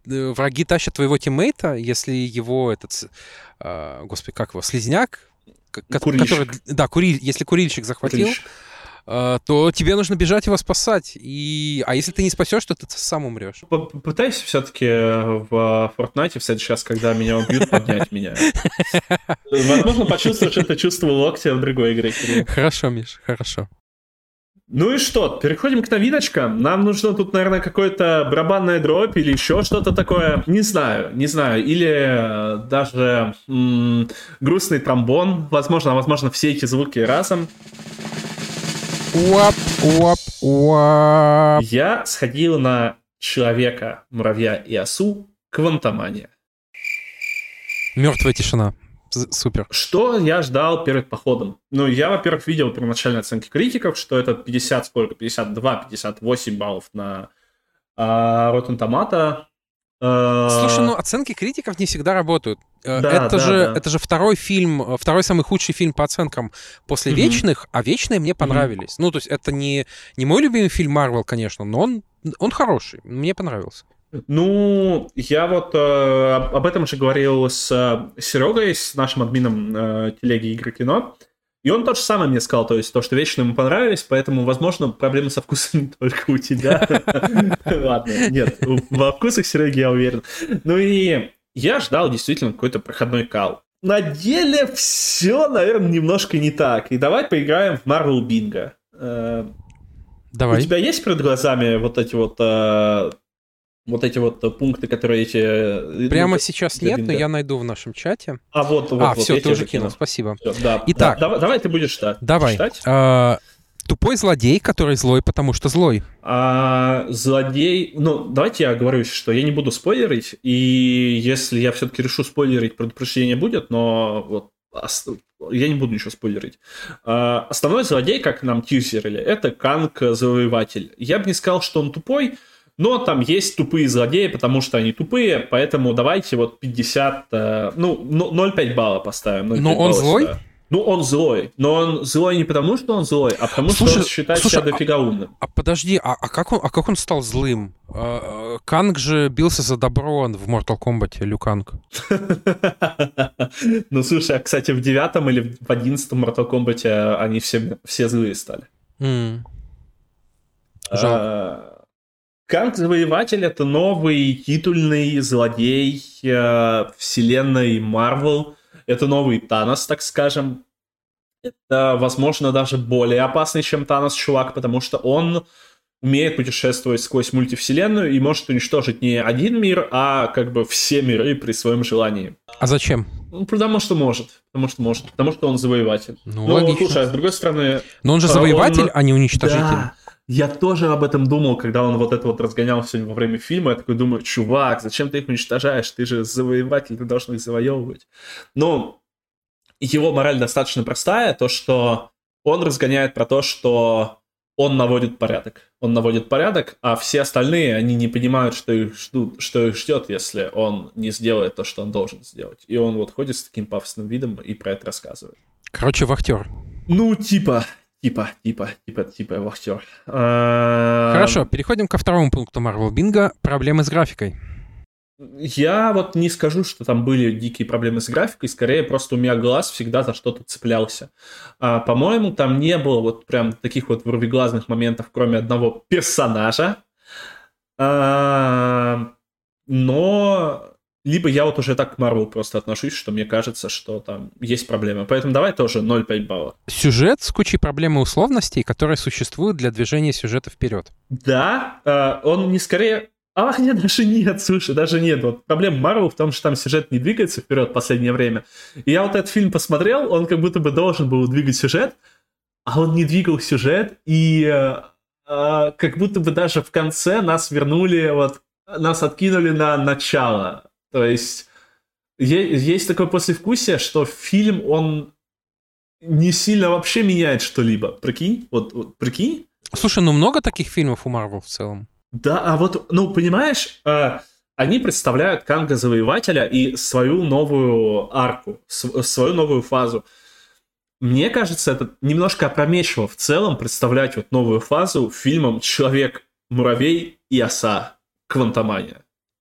э, враги тащат твоего тиммейта, если его этот, э, господи, как его, слизняк, ко- который, да, куриль, если курильщик захватил, Курильщик. э, то тебе нужно бежать его спасать. И, а если ты не спасешь, то ты сам умрешь. Попытайся все-таки в Fortnite в следующий раз, когда меня убьют, поднять меня. Возможно, почувствовать, что ты чувствовал локтя в другой игре. Хорошо, Миш, хорошо. Ну и что, переходим к новиночкам. Нам нужно тут, наверное, какой-то барабанная дробь или еще что-то такое. Не знаю, не знаю. Или даже м- грустный тромбон. Возможно, возможно, все эти звуки разом. Уап, уап, уап. Я сходил на Человека, Муравья и Осу Квантомания. Мертвая тишина. Супер. Что я ждал перед походом? Ну, я, во-первых, видел первоначальные оценки критиков, что это пятьдесят, сколько, пятьдесят два - пятьдесят восемь баллов на uh, Rotten Tomato. Uh... Слушай, ну оценки критиков не всегда работают. Да, это, да, же, да. это же второй фильм, второй самый худший фильм по оценкам после mm-hmm. «Вечных», а «Вечные» мне понравились. Mm-hmm. Ну, то есть это не, не мой любимый фильм Марвел, конечно, но он, он хороший, мне понравился. Ну, я вот э, об этом же говорил с э, Серегой, с нашим админом э, телеги «Игры кино», и он то же самое мне сказал, то есть то, что «Вечные» ему понравились, поэтому, возможно, проблемы со вкусом не только у тебя. Ладно, нет, во вкусах Сереги я уверен. Ну и я ждал действительно какой-то проходной кал. На деле все, наверное, немножко не так. И давай поиграем в Marvel Bingo. Давай. У тебя есть перед глазами вот эти вот... Вот эти вот пункты, которые эти... Прямо ну, сейчас нет, но я найду в нашем чате. А вот, вот, а, вот, все, ты уже кинул. кинул, спасибо. Все, да. Итак. Да, давай, давай ты будешь читать. Давай. А, тупой злодей, который злой, потому что злой. А, злодей... Ну, давайте я оговорюсь, что я не буду спойлерить, и если я все-таки решу спойлерить, предупреждение будет, но вот я не буду ничего спойлерить. А, основной злодей, как нам тизерили, это Канг Завоеватель. Я бы не сказал, что он тупой, но там есть тупые злодеи, потому что они тупые, поэтому давайте вот пятьдесят, ну, ноль целых пять балла поставим. Но он злой? Сюда. Ну, он злой. Но он злой не потому, что он злой, а потому, слушай, что он считает слушай, себя дофига умным. А, а подожди, а, а, как он, а как он стал злым? А, Канг же бился за добро в Mortal Kombat, Лю Канг. Ну, слушай, а, кстати, в девятом или в одиннадцатом Mortal Kombat они все злые стали. Жалко. Канг Завоеватель — это новый титульный злодей э, вселенной Марвел. Это новый Танос, так скажем. Это, возможно, даже более опасный, чем Танос, чувак, потому что он умеет путешествовать сквозь мультивселенную и может уничтожить не один мир, а как бы все миры при своем желании. А зачем? Ну, потому что может. Потому что может. Потому что он завоеватель. Ну, Но, логично. слушай, а с другой стороны... Но он же завоеватель, он... а не уничтожитель. Да. Я тоже об этом думал, когда он вот это вот разгонял сегодня во время фильма. Я такой думаю, чувак, зачем ты их уничтожаешь? Ты же завоеватель, ты должен их завоевывать. Но его мораль достаточно простая, то, что он разгоняет про то, что он наводит порядок. Он наводит порядок, а все остальные, они не понимают, что их ждут, что их ждет, если он не сделает то, что он должен сделать. И он вот ходит с таким пафосным видом и про это рассказывает. Короче, вахтер. Ну, типа... Типа, типа, типа, типа, вахтер. А... Хорошо, переходим ко второму пункту Marvel Bingo. Проблемы с графикой. Я вот не скажу, что там были дикие проблемы с графикой, скорее просто у меня глаз всегда за что-то цеплялся. А, по-моему, там не было вот прям таких вот вырвиглазных моментов, кроме одного персонажа. А, но... Либо я вот уже так к Marvel просто отношусь, что мне кажется, что там есть проблемы. Поэтому давай тоже ноль целых пять баллов. Сюжет с кучей проблем и условностей, которые существуют для движения сюжета вперед. Да, э, он не скорее... А, нет, даже нет, слушай, даже нет. Вот проблема Marvel в том, что там сюжет не двигается вперед в последнее время. И я вот этот фильм посмотрел, он как будто бы должен был двигать сюжет, а он не двигал сюжет, и э, э, как будто бы даже в конце нас вернули, вот, нас откинули на начало. То есть есть такое послевкусие, что фильм, он не сильно вообще меняет что-либо. Прикинь? Вот, вот прикинь? Слушай, ну много таких фильмов у Marvel в целом? Да, а вот, ну, понимаешь, э, они представляют Канга Завоевателя и свою новую арку, с- свою новую фазу. Мне кажется, это немножко опрометчиво в целом представлять вот новую фазу фильмом «Человек-муравей и оса. Квантомания».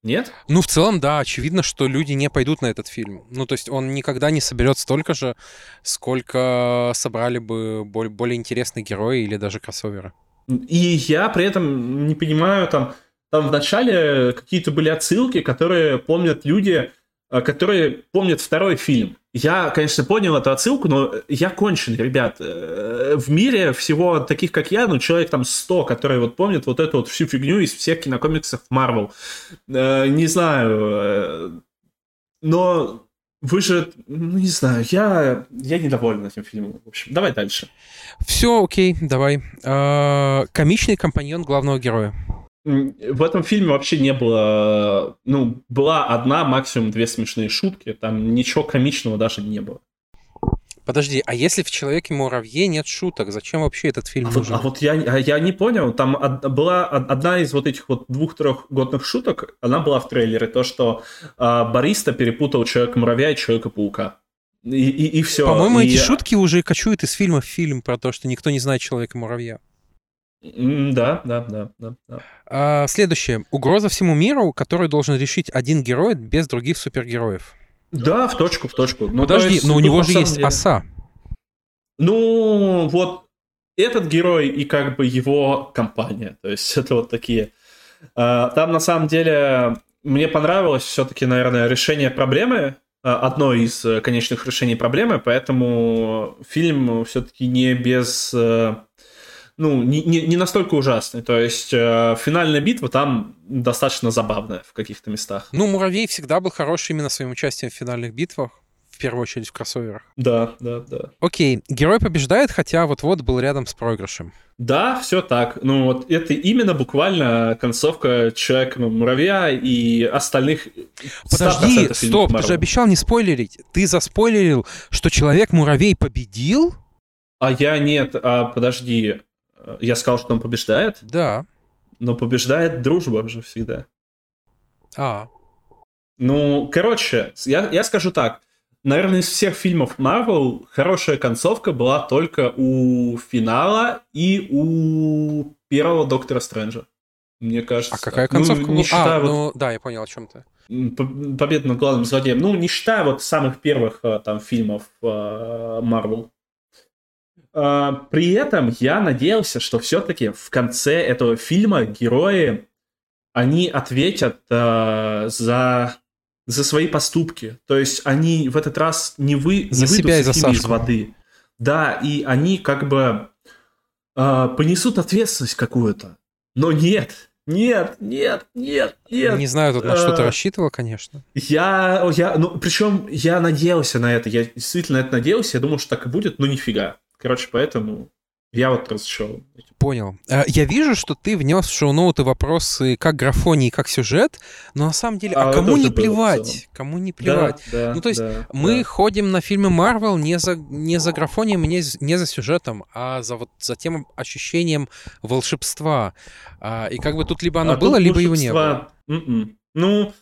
Нет? Ну, в целом, да, очевидно, что люди не пойдут на этот фильм. Ну, то есть он никогда не соберет столько же, сколько собрали бы более, более интересные герои или даже кроссоверы. И я при этом не понимаю, там, там в начале какие-то были отсылки, которые помнят люди, которые помнят второй фильм. Я, конечно, понял эту отсылку, но я конченый, ребят. В мире всего таких, как я, ну, человек там сто, которые вот помнят вот эту вот всю фигню из всех кинокомиксов Marvel. Не знаю, но вы же, ну, не знаю, я, я недоволен этим фильмом. В общем, давай дальше. Все, окей, давай. А, комичный компаньон главного героя. В этом фильме вообще не было... Ну, была одна, максимум две смешные шутки. Там ничего комичного даже не было. Подожди, а если в «Человеке-муравье» нет шуток, зачем вообще этот фильм а нужен? Вот, а вот я, я не понял. Там од, была одна из вот этих вот двух-трех годных шуток, она была в трейлере. То, что а, бариста перепутал Человека-муравья и Человека-паука. И, и, и все. По-моему, и... эти шутки уже кочуют из фильма в фильм про то, что никто не знает Человека-муравья. Да, да, да, да, да. А, следующее. Угроза всему миру, которую должен решить один герой без других супергероев. Да, в точку, в точку. Ну, подожди, есть, но у ну, него же есть деле... оса. Ну, вот этот герой и как бы его компания. То есть это вот такие... Там на самом деле мне понравилось все-таки, наверное, решение проблемы, одно из конечных решений проблемы, поэтому фильм все-таки не без... Ну, не, не, не настолько ужасный. То есть э, финальная битва там достаточно забавная в каких-то местах. Ну, Муравей всегда был хороший именно своим участием в финальных битвах. В первую очередь в кроссоверах. Да, да, да. Окей, герой побеждает, хотя вот-вот был рядом с проигрышем. Да, все так. Ну, вот это именно буквально концовка Человека-муравья и остальных... Подожди, стоп, ты же обещал не спойлерить. Ты заспойлерил, что Человек-муравей победил? А я нет, а подожди... Я сказал, что он побеждает? Да. Но побеждает дружба же всегда. А. Ну, короче, я, я скажу так. Наверное, из всех фильмов Marvel хорошая концовка была только у финала и у первого Доктора Стрэнджа. Мне кажется. А какая концовка? Ну, не считая а, вот... ну да, я понял, о чем ты. Победа над главным злодеем. Ну, не считая вот самых первых там фильмов Marvel. Uh, при этом я надеялся, что все-таки в конце этого фильма герои, они ответят uh, за, за свои поступки. То есть они в этот раз не, вы, за не выйдут себя и за из воды. Да, и они как бы uh, понесут ответственность какую-то. Но нет, нет, нет, нет, нет. Не знаю, тут на uh, что ты рассчитывал, конечно. Я, я, ну, причем я надеялся на это, я действительно на это надеялся, я думал, что так и будет, но нифига. Короче, поэтому я вот разочарован. Понял. Я вижу, что ты внес в шоу-ноуты вопросы как графонии, как сюжет, но на самом деле, а, а кому не плевать? Кому не плевать? Да, да, ну, то есть да, мы да. ходим на фильмы Marvel не за, не за графонием, не, не за сюжетом, а за, вот, за тем ощущением волшебства. А, и как бы тут либо оно а было, либо волшебства... его не было. Mm-mm. Ну...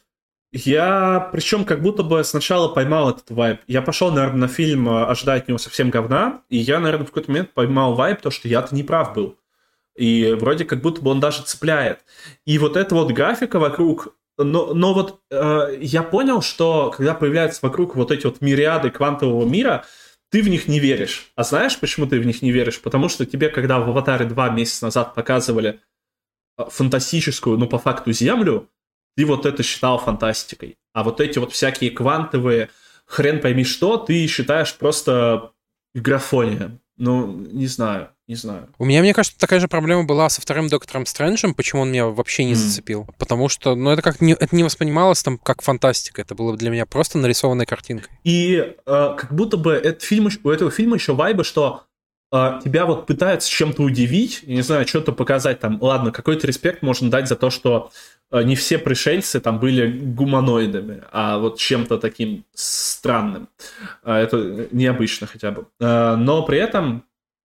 Я, причем, как будто бы сначала поймал этот вайб. Я пошел, наверное, на фильм ожидая от него совсем говна, и я, наверное, в какой-то момент поймал вайб, то, что я-то не прав был. И вроде как будто бы он даже цепляет. И вот эта вот графика вокруг... Но, но вот э, я понял, что когда появляются вокруг вот эти вот мириады квантового мира, ты в них не веришь. А знаешь, почему ты в них не веришь? Потому что тебе, когда в «Аватаре два» месяца назад показывали фантастическую, ну, по факту, Землю, ты вот это считал фантастикой. А вот эти вот всякие квантовые, хрен пойми что, ты считаешь просто графонием. Ну, не знаю, не знаю. У меня, мне кажется, такая же проблема была со вторым Доктором Стрэнджем, почему он меня вообще не mm. зацепил. Потому что, ну, это как не, это не воспринималось там как фантастика, это было для меня просто нарисованной картинкой. И э, как будто бы этот фильм, у этого фильма еще вайба, что э, тебя вот пытаются чем-то удивить, я не знаю, что-то показать там. Ладно, какой-то респект можно дать за то, что не все пришельцы там были гуманоидами, а вот чем-то таким странным. Это необычно хотя бы. Но при этом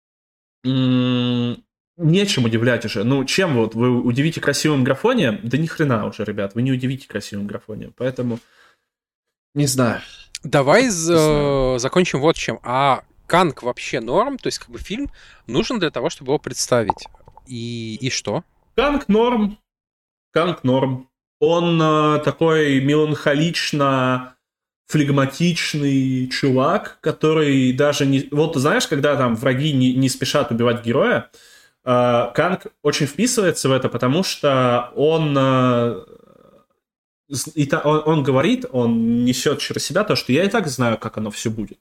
м- нечем удивлять уже. Ну, чем вот вы удивите красивым графонием? Да ни хрена уже, ребят, вы не удивите красивым графонием. Поэтому не знаю. Давай не з- знаю. закончим вот чем. А Канг вообще норм? То есть как бы фильм нужен для того, чтобы его представить. И, и что? Канг норм. Канг норм. Он э, такой меланхолично флегматичный чувак, который даже не... Вот знаешь, когда там враги не, не спешат убивать героя, э, Канг очень вписывается в это, потому что он, э, и та, он, он говорит, он несет через себя то, что я и так знаю, как оно все будет.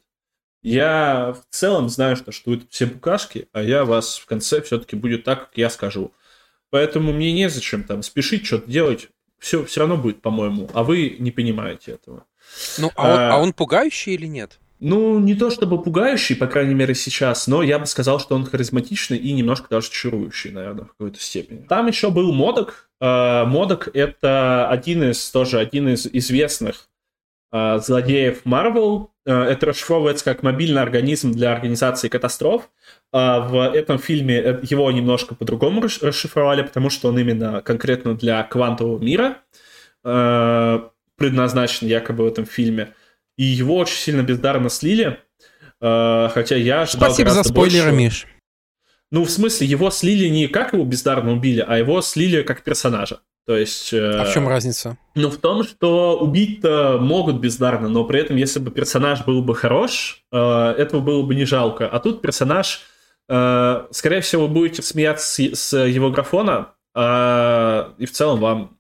Я в целом знаю, что, что это все букашки, а я вас в конце все-таки будет так, как я скажу. Поэтому мне незачем там спешить, что-то делать. Все, все равно будет, по-моему, а вы не понимаете этого. Ну, а, а, он, а он пугающий или нет? Ну, не то чтобы пугающий, по крайней мере, сейчас, но я бы сказал, что он харизматичный и немножко даже чарующий, наверное, в какой-то степени. Там еще был Модок. Модок — это один из, тоже один из известных злодеев Marvel. Это расшифровывается как мобильный организм для организации катастроф. В этом фильме его немножко по-другому расшифровали, потому что он именно конкретно для квантового мира предназначен якобы в этом фильме. И его очень сильно бездарно слили, хотя я ожидал Спасибо за спойлеры, больше. Миш. Ну, в смысле, его слили не как его бездарно убили, а его слили как персонажа. То есть... А в чем разница? Ну, в том, что убить-то могут бездарно, но при этом, если бы персонаж был бы хорош, этого было бы не жалко. А тут персонаж, скорее всего, вы будете смеяться с его графона, и в целом вам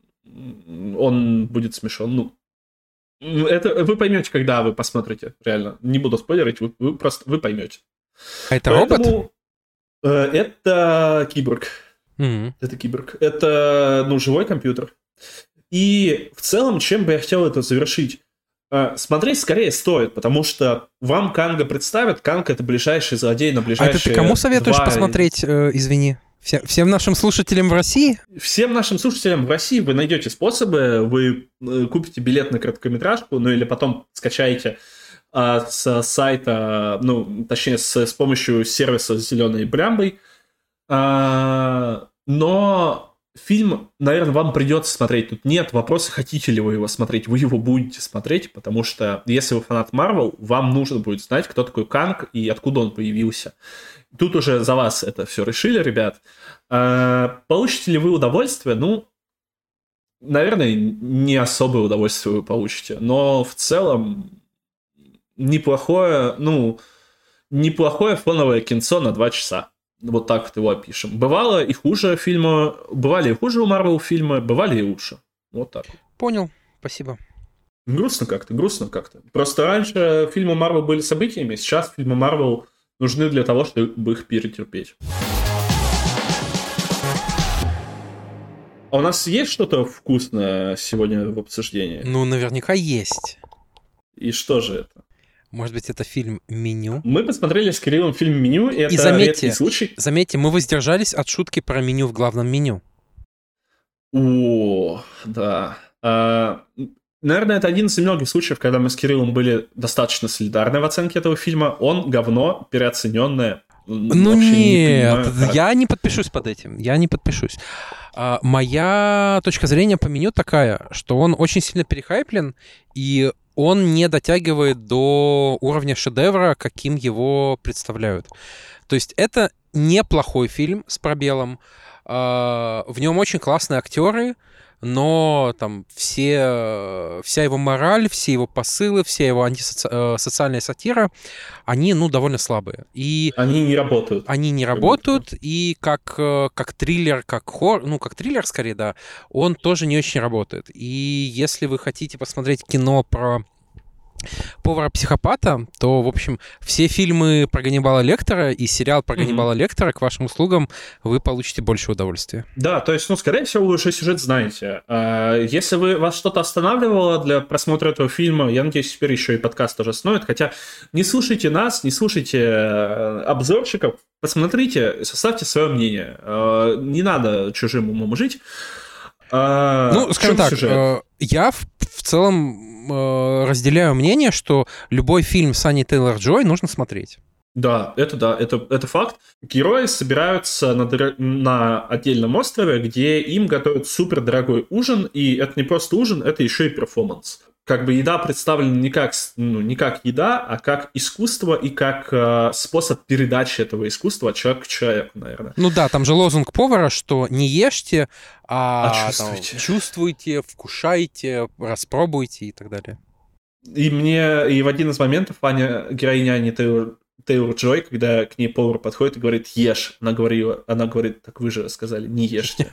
он будет смешон. Ну, это вы поймете, когда вы посмотрите, реально. Не буду спойлерить, вы, вы просто вы поймете. А это Поэтому, робот? Э, это киборг. Mm-hmm. Это киборг. Это, ну, живой компьютер. И в целом, чем бы я хотел это завершить? Э, смотреть скорее стоит, потому что вам Канга представят. Канг — это ближайший злодей на ближайшие... А это ты кому советуешь два... посмотреть, э, извини? Всем, всем нашим слушателям в России? Всем нашим слушателям в России вы найдете способы, вы купите билет на короткометражку, ну или потом скачаете а, с сайта, ну, точнее, с, с помощью сервиса с зеленой блямбой. А, но фильм, наверное, вам придется смотреть. Тут нет вопроса, хотите ли вы его смотреть. Вы его будете смотреть, потому что если вы фанат Marvel, вам нужно будет знать, кто такой Канг и откуда он появился. Тут уже за вас это все решили, ребят. А, получите ли вы удовольствие? Ну, наверное, не особое удовольствие вы получите. Но в целом неплохое, ну, неплохое фоновое кинцо на два часа. Вот так вот его опишем. Бывало и хуже фильма, бывали и хуже у Marvel фильмы, бывали и лучше. Вот так. Понял, спасибо. Грустно как-то, грустно как-то. Просто раньше фильмы Marvel были событиями, сейчас фильмы Marvel нужны для того, чтобы их перетерпеть. А у нас есть что-то вкусное сегодня в обсуждении? Ну, наверняка есть. И что же это? Может быть, это фильм «Меню»? Мы посмотрели с Кириллом фильм «Меню», и это и заметьте, редкий случай. Заметьте, мы воздержались от шутки про меню в главном меню. О, да. А, наверное, это один из немногих случаев, когда мы с Кириллом были достаточно солидарны в оценке этого фильма. Он говно, переоцененное. Ну нет, не понимаю, я не подпишусь под этим, я не подпишусь. А, моя точка зрения по меню такая, что он очень сильно перехайплен, и он не дотягивает до уровня шедевра, каким его представляют. То есть это неплохой фильм с пробелом, а, в нем очень классные актеры, но там все, вся его мораль, все его посылы, вся его антисоциальная сатира, они, ну, довольно слабые. И они не работают. Они не работают, и как, как триллер, как хоррор, ну, как триллер, скорее, да, он тоже не очень работает. И если вы хотите посмотреть кино про повара-психопата, то, в общем, все фильмы про Ганнибала Лектора и сериал про mm-hmm. Ганнибала Лектора к вашим услугам вы получите больше удовольствия. Да, то есть, ну, скорее всего, вы уже сюжет знаете. Если вы, вас что-то останавливало для просмотра этого фильма, я надеюсь, теперь еще и подкаст тоже остановит, хотя не слушайте нас, не слушайте обзорщиков, посмотрите, составьте свое мнение. Не надо чужим умом жить. Ну, скажем так, сюжет? я в, в целом разделяю мнение, что любой фильм с Аней Тейлор-Джой нужно смотреть. Да, это да, это, это факт. Герои собираются на, на отдельном острове, где им готовят супердорогой ужин, и это не просто ужин, это еще и перформанс. как бы еда представлена не как, ну, не как еда, а как искусство и как э, способ передачи этого искусства от человека к человеку, наверное. Ну да, там же лозунг повара, что не ешьте, а, А там, чувствуйте. чувствуйте, вкушайте, распробуйте и так далее. И мне и в один из моментов Аня, героиня Ани Тейлор, Тейлор Джой, когда к ней повар подходит и говорит «ешь», она говорила, она говорит, так вы же сказали, не ешьте.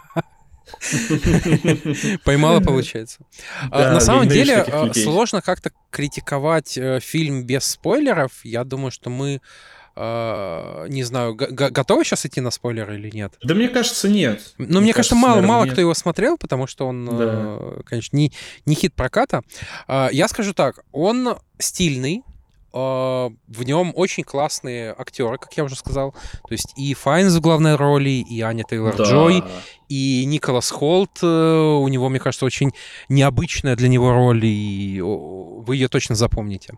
Поймала, получается. Да, На самом ненавижу деле таких людей. сложно как-то критиковать э, фильм без спойлеров. Я думаю, что мы, э, не знаю, г- г- готовы сейчас идти на спойлеры или нет? Да мне кажется, нет. Ну, мне, кажется, мало, наверное, мало нет. кто его смотрел, потому что он, Да. э, конечно, не, не хит проката. Э, Я скажу так, он стильный, э, в нем очень классные актеры, как я уже сказал. То есть и Файнс в главной роли, и Аня Тейлор-Джой, Да. и Николас Холт. э, У него, мне кажется, очень необычная для него роль, и о, вы ее точно запомните.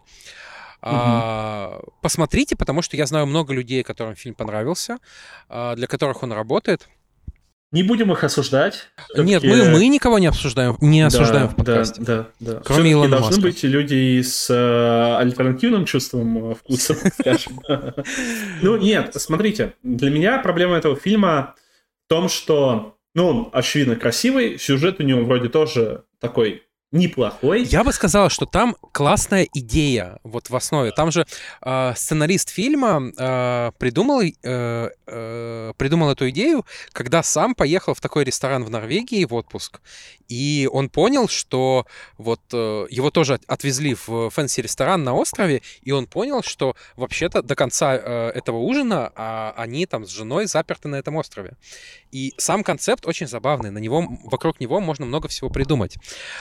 А, Посмотрите, потому что я знаю много людей, которым фильм понравился, а, для которых он работает. Не будем их осуждать. Нет, Всё-таки- мы, мы никого не обсуждаем, не Да, осуждаем в подкасте. Да, да, да. Кроме Всё-таки Илона должны Маска. быть люди с э, альтернативным чувством э, вкуса, так скажем. Ну, нет, смотрите, для меня проблема этого фильма в том, что, ну, он, очевидно, красивый, сюжет у него вроде тоже такой неплохой. Я бы сказал, что там классная идея вот в основе. Там же э, сценарист фильма э, придумал, э, э, придумал эту идею, когда сам поехал в такой ресторан в Норвегии в отпуск, и он понял, что вот э, его тоже от- отвезли в фэнси-ресторан на острове, и он понял, что вообще-то до конца э, этого ужина а, они там с женой заперты на этом острове. И сам концепт очень забавный, на него, вокруг него можно много всего придумать.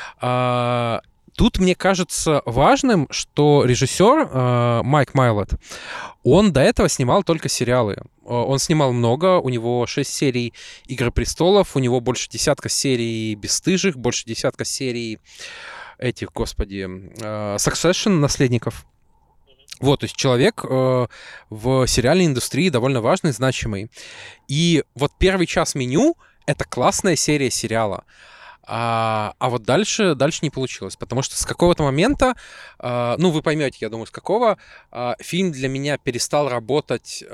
А, Тут мне кажется важным, что режиссер э, Майк Майлот, он до этого снимал только сериалы. Э, Он снимал много, у него шесть серий «Игры престолов», у него больше десятка серий «Бесстыжих», больше десятка серий этих, господи, э, «Succession», «Наследников». Вот, то есть человек э, в сериальной индустрии довольно важный, значимый. И вот первый час меню — это классная серия сериала. А, а вот дальше, дальше не получилось, потому что с какого-то момента, а, ну, вы поймете, я думаю, с какого, а, фильм для меня перестал работать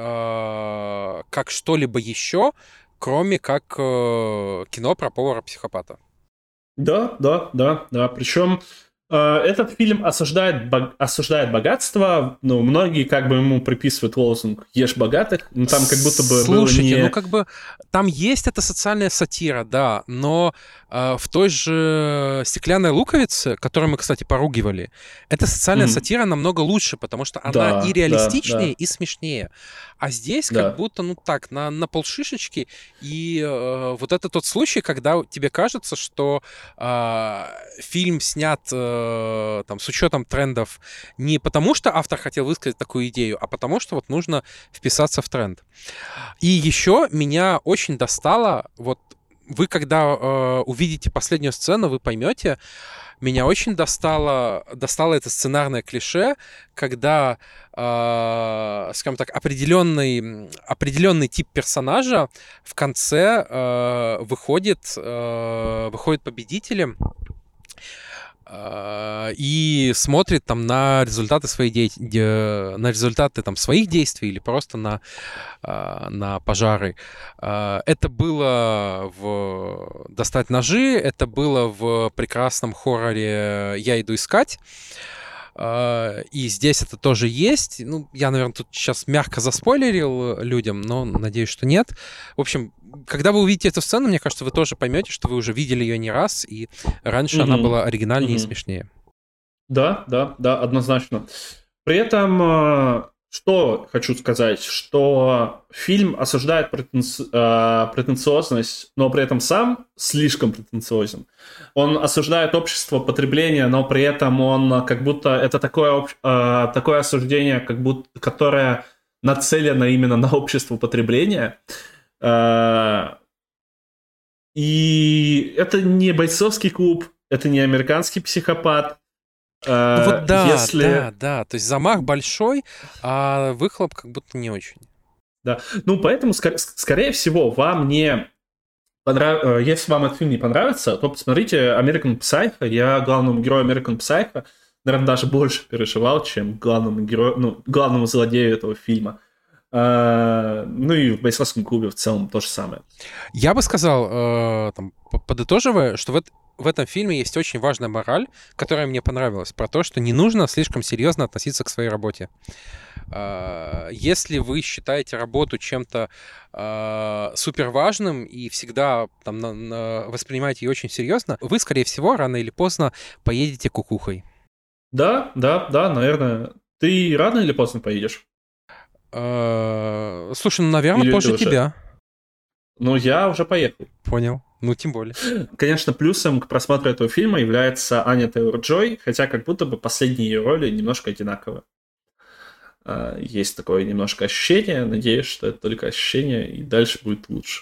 а, как что-либо еще, кроме как а, кино про повара-психопата. Да, да, да, да. Причем э, этот фильм осуждает, бог- осуждает богатство. Ну, многие как бы ему приписывают лозунг «Ешь богатых». Ну, там как будто бы было Слушайте, не... ну как бы там есть эта социальная сатира, да, но э, в той же «Стеклянной луковице», которую мы, кстати, поругивали, эта социальная Мгм. сатира намного лучше, потому что она Да, и да, реалистичнее, да. и смешнее. А здесь Да. как будто, ну так, на, на полшишечки, и э, вот это тот случай, когда тебе кажется, что э, фильм снят э, там, с учетом трендов не потому, что автор хотел высказать такую идею, а потому что вот нужно вписаться в тренд. И еще меня очень достало, вот вы когда э, увидите последнюю сцену, вы поймете, меня очень достало, достало это сценарное клише, когда, э, скажем так, определенный, определенный тип персонажа в конце э, выходит, э, выходит победителем э, и смотрит там на результаты своей деятельности, на результаты там своих действий или просто на, э, на пожары. Э, Это было в «Достать ножи», это было в прекрасном хорроре «Я иду искать». Э, И здесь это тоже есть. Ну, я, наверное, тут сейчас мягко заспойлерил людям, но надеюсь, что нет. В общем, когда вы увидите эту сцену, мне кажется, вы тоже поймете, что вы уже видели ее не раз, и раньше она Мгм. была оригинальнее и Мгм. смешнее. Да, да, да, однозначно. При этом, э, что хочу сказать, что фильм осуждает претенци- э, претенциозность, но при этом сам слишком претенциозен. Он осуждает общество потребления, но при этом он как будто это такое, об- э, такое осуждение, как будто, которое нацелено именно на общество потребления. Э, И это не бойцовский клуб, это не американский психопат. Ну Э, вот да, если... да, да. То есть замах большой, а выхлоп как будто не очень. Да. Ну, поэтому, ска- скорее всего, вам не Понрав... Если вам этот фильм не понравится, то посмотрите American Psycho. Я главному герою American Psycho, наверное, даже больше переживал, чем главному герою, ну, главному злодею этого фильма. А, ну и в «Бойцовском клубе» в целом то же самое. Я бы сказал, э, там, подытоживая, что в, это, в этом фильме есть очень важная мораль, которая мне понравилась, про то, что не нужно слишком серьезно относиться к своей работе. Э, если вы считаете работу чем-то э, супер важным и всегда там, на, на, воспринимаете ее очень серьезно, вы, скорее всего, рано или поздно поедете кукухой. Да, да, да, наверное. Ты рано или поздно поедешь? Слушай, ну, наверное, Или позже уже? тебя. Ну, я уже поехал. Понял. Ну, тем более. Конечно, плюсом к просмотру этого фильма является Аня Тейлор-Джой, хотя как будто бы последние ее роли немножко одинаковы. Есть такое немножко ощущение. Надеюсь, что это только ощущение, и дальше будет лучше.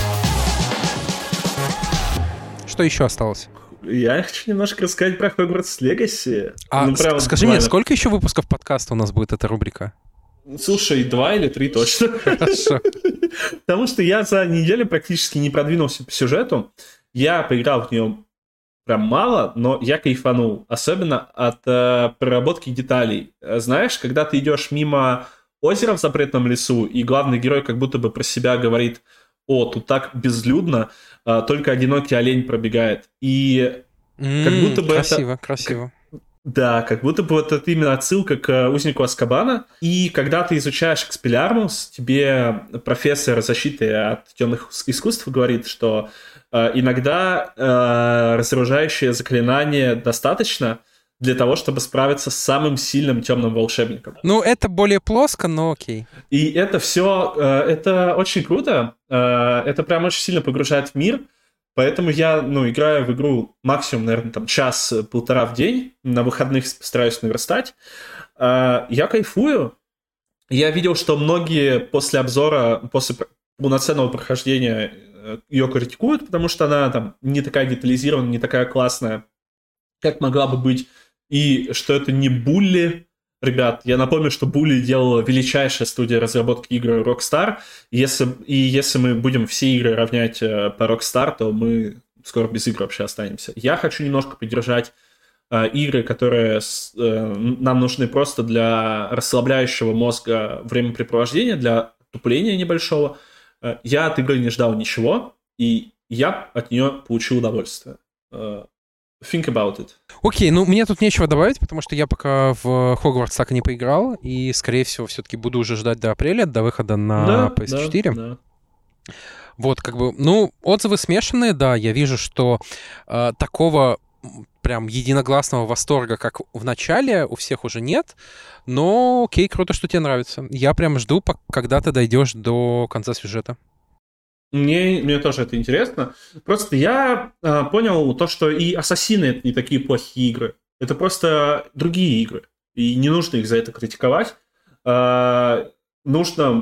Что еще осталось? Я хочу немножко рассказать про Хогвартс Легаси. А ну, скажи буквально. мне, сколько еще выпусков подкаста у нас будет эта рубрика? Слушай, два или три точно. Хорошо. Потому что я за неделю практически не продвинулся по сюжету. Я поиграл в нее прям мало, но я кайфанул. Особенно от э, проработки деталей. Знаешь, когда ты идешь мимо озера в запретном лесу, и главный герой как будто бы про себя говорит: о, тут так безлюдно, э, только одинокий олень пробегает. И Mm, как будто бы красиво, это... красиво. Да, как будто бы вот это именно отсылка к «Узнику Азкабана». И когда ты изучаешь Экспеллиармус, тебе профессор защиты от темных искусств говорит, что э, иногда э, разоружающее заклинание достаточно для того, чтобы справиться с самым сильным темным волшебником. Ну, это более плоско, но окей. И это все, э, это очень круто, э, это прям очень сильно погружает в мир. Поэтому я, ну, играю в игру максимум, наверное, там час-полтора в день. На выходных постараюсь наверстать. Я кайфую. Я видел, что многие после обзора, после полноценного прохождения ее критикуют, потому что она там не такая детализированная, не такая классная, как могла бы быть. И что это не Булли. Ребят, я напомню, что Bully делала величайшая студия разработки игр Rockstar. Если, и если мы будем все игры равнять э, по Rockstar, то мы скоро без игр вообще останемся. Я хочу немножко поддержать э, игры, которые с, э, нам нужны просто для расслабляющего мозга времяпрепровождения, для тупления небольшого. Э, я от игры не ждал ничего, и я от нее получил удовольствие. Э, Think about it. Окей, ну мне тут нечего добавить, потому что я пока в Хогвартс так и не поиграл, и, скорее всего, все-таки буду уже ждать до апреля, до выхода на да, пи эс четыре. Да, да. Вот, как бы, ну, отзывы смешанные, да, я вижу, что э, такого прям единогласного восторга, как в начале, у всех уже нет, но окей, круто, что тебе нравится. Я прям жду, когда ты дойдешь до конца сюжета. Мне, мне тоже это интересно. Просто я э, понял то, что и Ассасины — это не такие плохие игры. Это просто другие игры. И не нужно их за это критиковать. Э, нужно...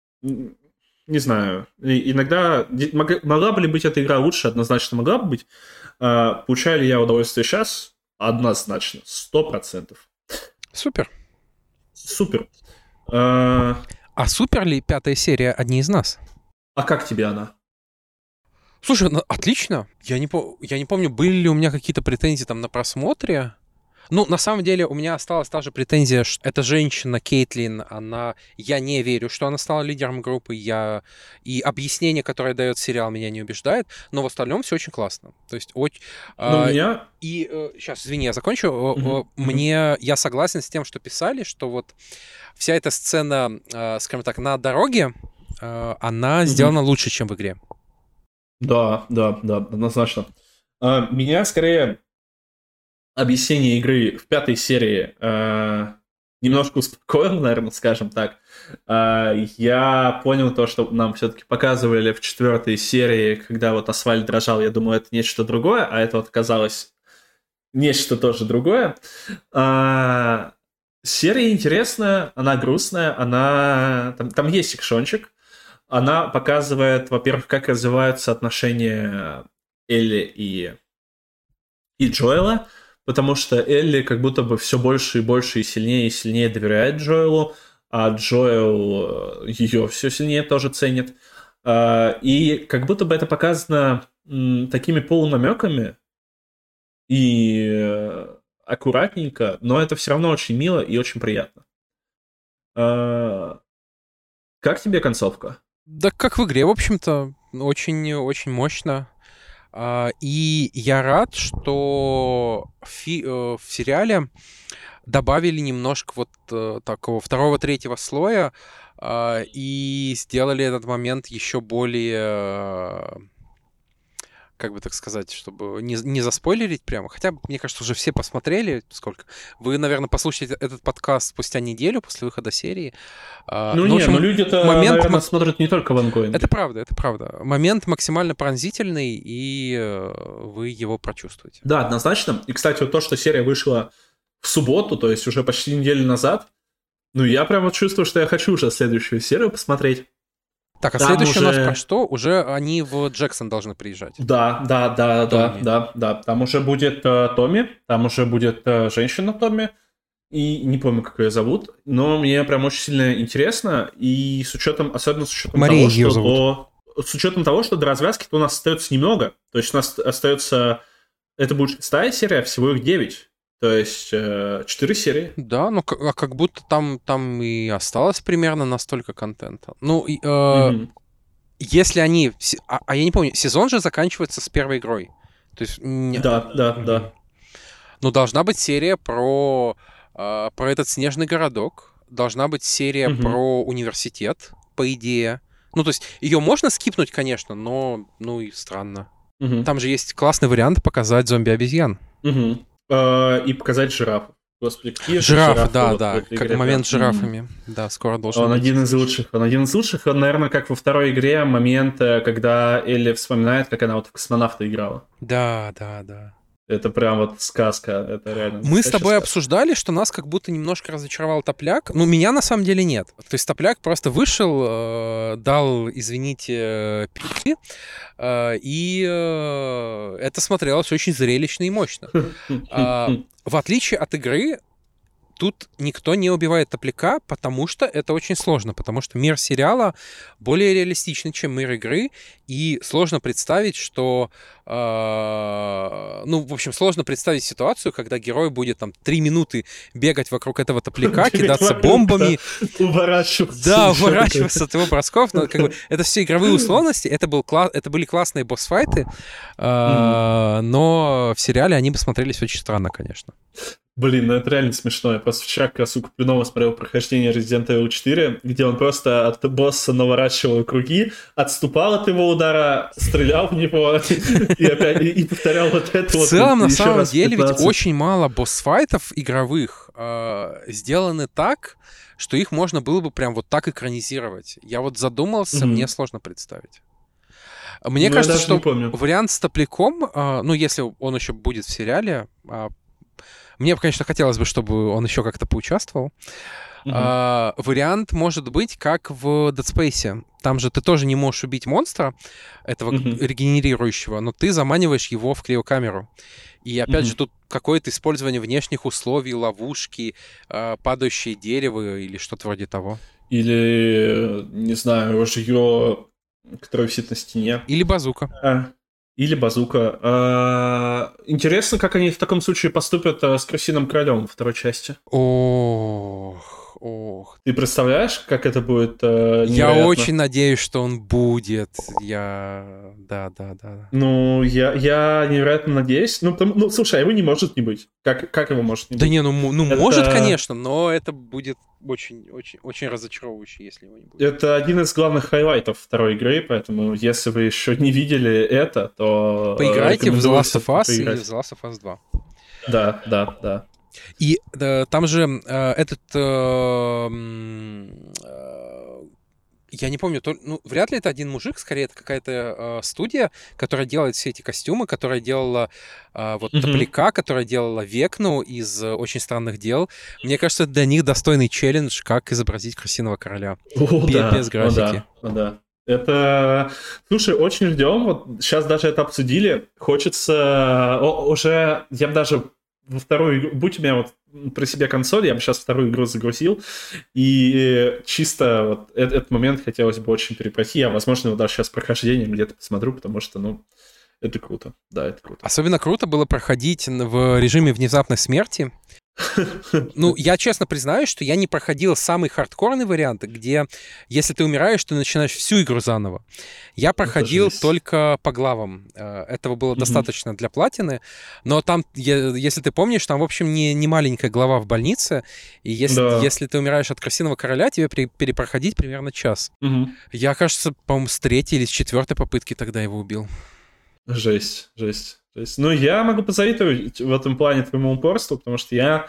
Не знаю. Иногда... Могла бы ли быть эта игра лучше? Однозначно могла бы быть. Э, получаю ли я удовольствие сейчас? Однозначно. Сто процентов. Супер. Супер. Э, а супер ли пятая серия «Одни из нас»? А как тебе она? Слушай, ну, отлично. Я не, по... я не помню, были ли у меня какие-то претензии там на просмотре. Ну, на самом деле, у меня осталась та же претензия, что эта женщина, Кейтлин, она... Я не верю, что она стала лидером группы. Я... И объяснение, которое дает сериал, меня не убеждает. Но в остальном все очень классно. То есть, очень... Ну, а... меня... И... Сейчас, извини, я закончу. Uh-huh. Мне... Uh-huh. Я согласен с тем, что писали, что вот вся эта сцена, скажем так, на дороге, она сделана mm-hmm. лучше, чем в игре. Да, да, да, однозначно. Uh, меня скорее объяснение игры в пятой серии uh, немножко успокоило, наверное, скажем так. Uh, я понял то, что нам все-таки показывали в четвертой серии, когда вот асфальт дрожал, я думал, это нечто другое, а это вот оказалось нечто тоже другое. Uh, серия интересная, она грустная, она... Там, там есть экшончик. Она показывает, во-первых, как развиваются отношения Элли и, и Джоэла, потому что Элли как будто бы все больше и больше и сильнее и сильнее доверяет Джоэлу, а Джоэл ее все сильнее тоже ценит. И как будто бы это показано такими полунамеками и аккуратненько, но это все равно очень мило и очень приятно. Как тебе концовка? Да как в игре, в общем-то, очень-очень мощно. И я рад, что фи- в сериале добавили немножко вот такого второго-третьего слоя и сделали этот момент еще более... как бы так сказать, чтобы не, не заспойлерить прямо. Хотя, мне кажется, уже все посмотрели. Сколько? Вы, наверное, послушаете этот подкаст спустя неделю после выхода серии. Ну, ну нет, ну люди-то, момент... наверное, смотрят не только в ангоинге. Это правда, это правда. Момент максимально пронзительный, и вы его прочувствуете. Да, однозначно. И, кстати, вот то, что серия вышла в субботу, то есть уже почти неделю назад, ну, я прямо чувствую, что я хочу уже следующую серию посмотреть. Так, а следующий уже... у нас про что? Уже они в Джексон должны приезжать. Да, да, да, да, да, да. Там уже будет э, Томми, там уже будет э, женщина Томми, и не помню, как ее зовут, но мне прям очень сильно интересно, и с учетом, особенно с учетом Мария того, что зовут. До, с учетом того, что до развязки-то у нас остается немного, то есть у нас остается, это будет шестая серия, всего их девять. То есть э, четыре серии. Да, ну а как будто там, там и осталось примерно настолько контента. Ну, э, mm-hmm. если они... А, а я не помню, сезон же заканчивается с первой игрой. То есть... Да, да, mm-hmm. да. Ну, должна быть серия про, э, про этот снежный городок. Должна быть серия mm-hmm. про университет, по идее. Ну, то есть ее можно скипнуть, конечно, но ну и странно. Mm-hmm. Там же есть классный вариант показать зомби-обезьян. Mm-hmm. И показать жирафов. Господи, какие жирафы, жирафы, да, вот, да, как момент с жирафами. Mm-hmm. Да, скоро должен Он быть. один из лучших, он один из лучших. Он, наверное, как во второй игре, момент, когда Элли вспоминает, как она вот в космонавта играла. Да, да, да. Это прям вот сказка, это реально. Мы с тобой сказка. обсуждали, что нас как будто немножко разочаровал Топляк. Ну, меня на самом деле нет. То есть Топляк просто вышел, э, дал, извините, пи***, э, и э, это смотрелось очень зрелищно и мощно. Э, в отличие от игры, тут никто не убивает Топляка, потому что это очень сложно, потому что мир сериала более реалистичный, чем мир игры, и сложно представить, что... Э, ну, в общем, сложно представить ситуацию, когда герой будет там три минуты бегать вокруг этого Топляка, кидаться бомбами. Уворачиваться. Да, уворачиваться от его бросков. Но, как бы, это все игровые условности, это, был кла- это были классные босс-файты, э, mm. но в сериале они бы смотрелись очень странно, конечно. Блин, ну это реально смешно. Я просто вчера как раз у Куплинова смотрел прохождение Resident Evil четыре, где он просто от босса наворачивал круги, отступал от его удара, стрелял в него и опять и повторял вот это. В целом, на самом деле, ведь очень мало босс-файтов игровых сделаны так, что их можно было бы прям вот так экранизировать. Я вот задумался, мне сложно представить. Мне ну, кажется, что вариант с Топляком, ну, если он еще будет в сериале, мне, конечно, хотелось бы, чтобы он еще как-то поучаствовал. Uh-huh. А, вариант может быть как в Dead Space. Там же ты тоже не можешь убить монстра, этого uh-huh. регенерирующего, но ты заманиваешь его в криокамеру. И опять uh-huh. же тут какое-то использование внешних условий, ловушки, падающее дерево или что-то вроде того. Или, не знаю, ружье, которое висит на стене. Или базука. А. Или базука. А, интересно, как они в таком случае поступят с Крысиным Королем во второй части. Ох, ох. Ты представляешь, как это будет невероятно? Я очень надеюсь, что он будет. Я... Да, да, да. Ну, я, я невероятно надеюсь. Ну, там, ну, слушай, его не может не быть. Как, как его может не быть? Да не, ну, ну это... может, конечно, но это будет очень, очень, очень разочаровывающе, если его не будет. Это один из главных хайлайтов второй игры, поэтому если вы еще не видели это, то... Поиграйте в The Last of Us и в The Last of Us два. Да, да, да. И э, там же э, этот... Э, э, я не помню, то, ну, вряд ли это один мужик, скорее это какая-то э, студия, которая делает все эти костюмы, которая делала э, вот mm-hmm. Топляка, которая делала Векну из э, «Очень странных дел». Мне кажется, это для них достойный челлендж, как изобразить Крысиного Короля. О, без, да, без графики. О, да, о, да. Это... Слушай, очень ждем. Вот сейчас даже это обсудили. Хочется... О, уже... Я бы даже во вторую игру, будь у меня вот при себе консоль, я бы сейчас вторую игру загрузил, и чисто вот этот, этот момент хотелось бы очень перепройти, а возможно, его даже сейчас прохождением где-то посмотрю, потому что, ну, это круто, да, это круто. Особенно круто было проходить в режиме внезапной смерти. Ну, я честно признаюсь, что я не проходил самый хардкорный вариант, где, если ты умираешь, ты начинаешь всю игру заново. Я проходил только по главам. Этого было mm-hmm. достаточно для платины, но там, если ты помнишь, там, в общем, не, не маленькая глава в больнице, и если, да. если ты умираешь от крысиного короля, тебе при, перепроходить примерно час. Mm-hmm. Я, кажется, по-моему, с третьей или с четвертой попытки тогда его убил. Жесть, жесть. То есть, ну, я могу позавидовать в этом плане твоему упорству, потому что я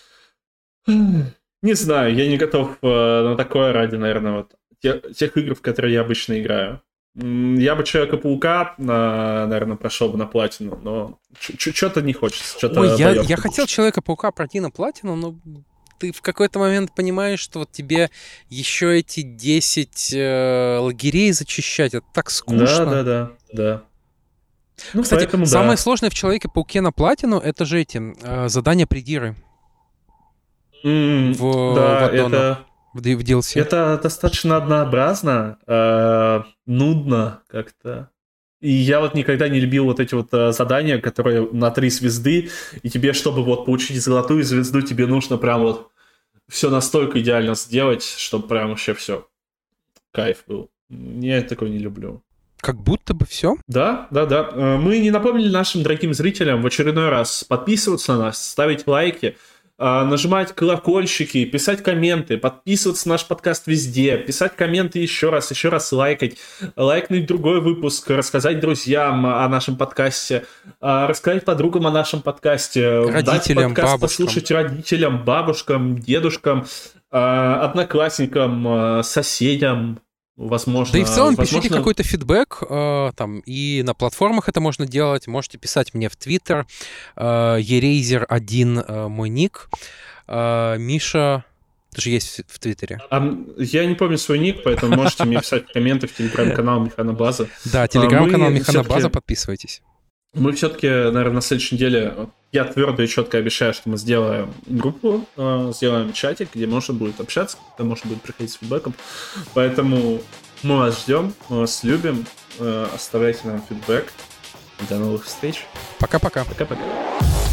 не знаю, я не готов э, на такое ради, наверное, вот те, тех игр, в которые я обычно играю. Я бы Человека-паука, на, наверное, прошел бы на платину, но что-то не хочется. Что-то Ой, я, я хотел Человека-паука пройти на платину, но ты в какой-то момент понимаешь, что вот тебе еще эти десять э, лагерей зачищать, это так скучно. Да, да, да, да. Ну, кстати, поэтому, самое да. сложное в Человеке-пауке на платину — это же эти э, задания придиры. Mm, в, да, в аддонах, это, в, в ди эл си. Это достаточно однообразно, э, нудно как-то. И я вот никогда не любил вот эти вот э, задания, которые на три звезды, и тебе, чтобы вот получить золотую звезду, тебе нужно прям вот все настолько идеально сделать, чтобы прям вообще все кайф был. Я такое не люблю. Как будто бы все. Да, да, да. Мы не напомнили нашим дорогим зрителям в очередной раз подписываться на нас, ставить лайки, нажимать колокольчики, писать комменты, подписываться на наш подкаст везде, писать комменты еще раз, еще раз лайкать, лайкнуть другой выпуск, рассказать друзьям о нашем подкасте, рассказать подругам о нашем подкасте, родителям, дать подкаст бабушкам. послушать родителям, бабушкам, дедушкам, одноклассникам, соседям. Возможно, да и в целом возможно... пишите какой-то фидбэк, э, там, и на платформах это можно делать. Можете писать мне в Твиттер, э, Ерейзер один э, мой ник. Э, Миша, ты же есть в, в Твиттере. А, я не помню свой ник, поэтому можете мне писать комменты в телеграм-канал Механобаза. Да, телеграм-канал Механобаза, подписывайтесь. Мы все-таки, наверное, на следующей неделе, я твердо и четко обещаю, что мы сделаем группу, сделаем чатик, где можно будет общаться, где можно будет приходить с фидбэком. Поэтому мы вас ждем, мы вас любим, оставляйте нам фидбэк. До новых встреч. Пока-пока. Пока-пока.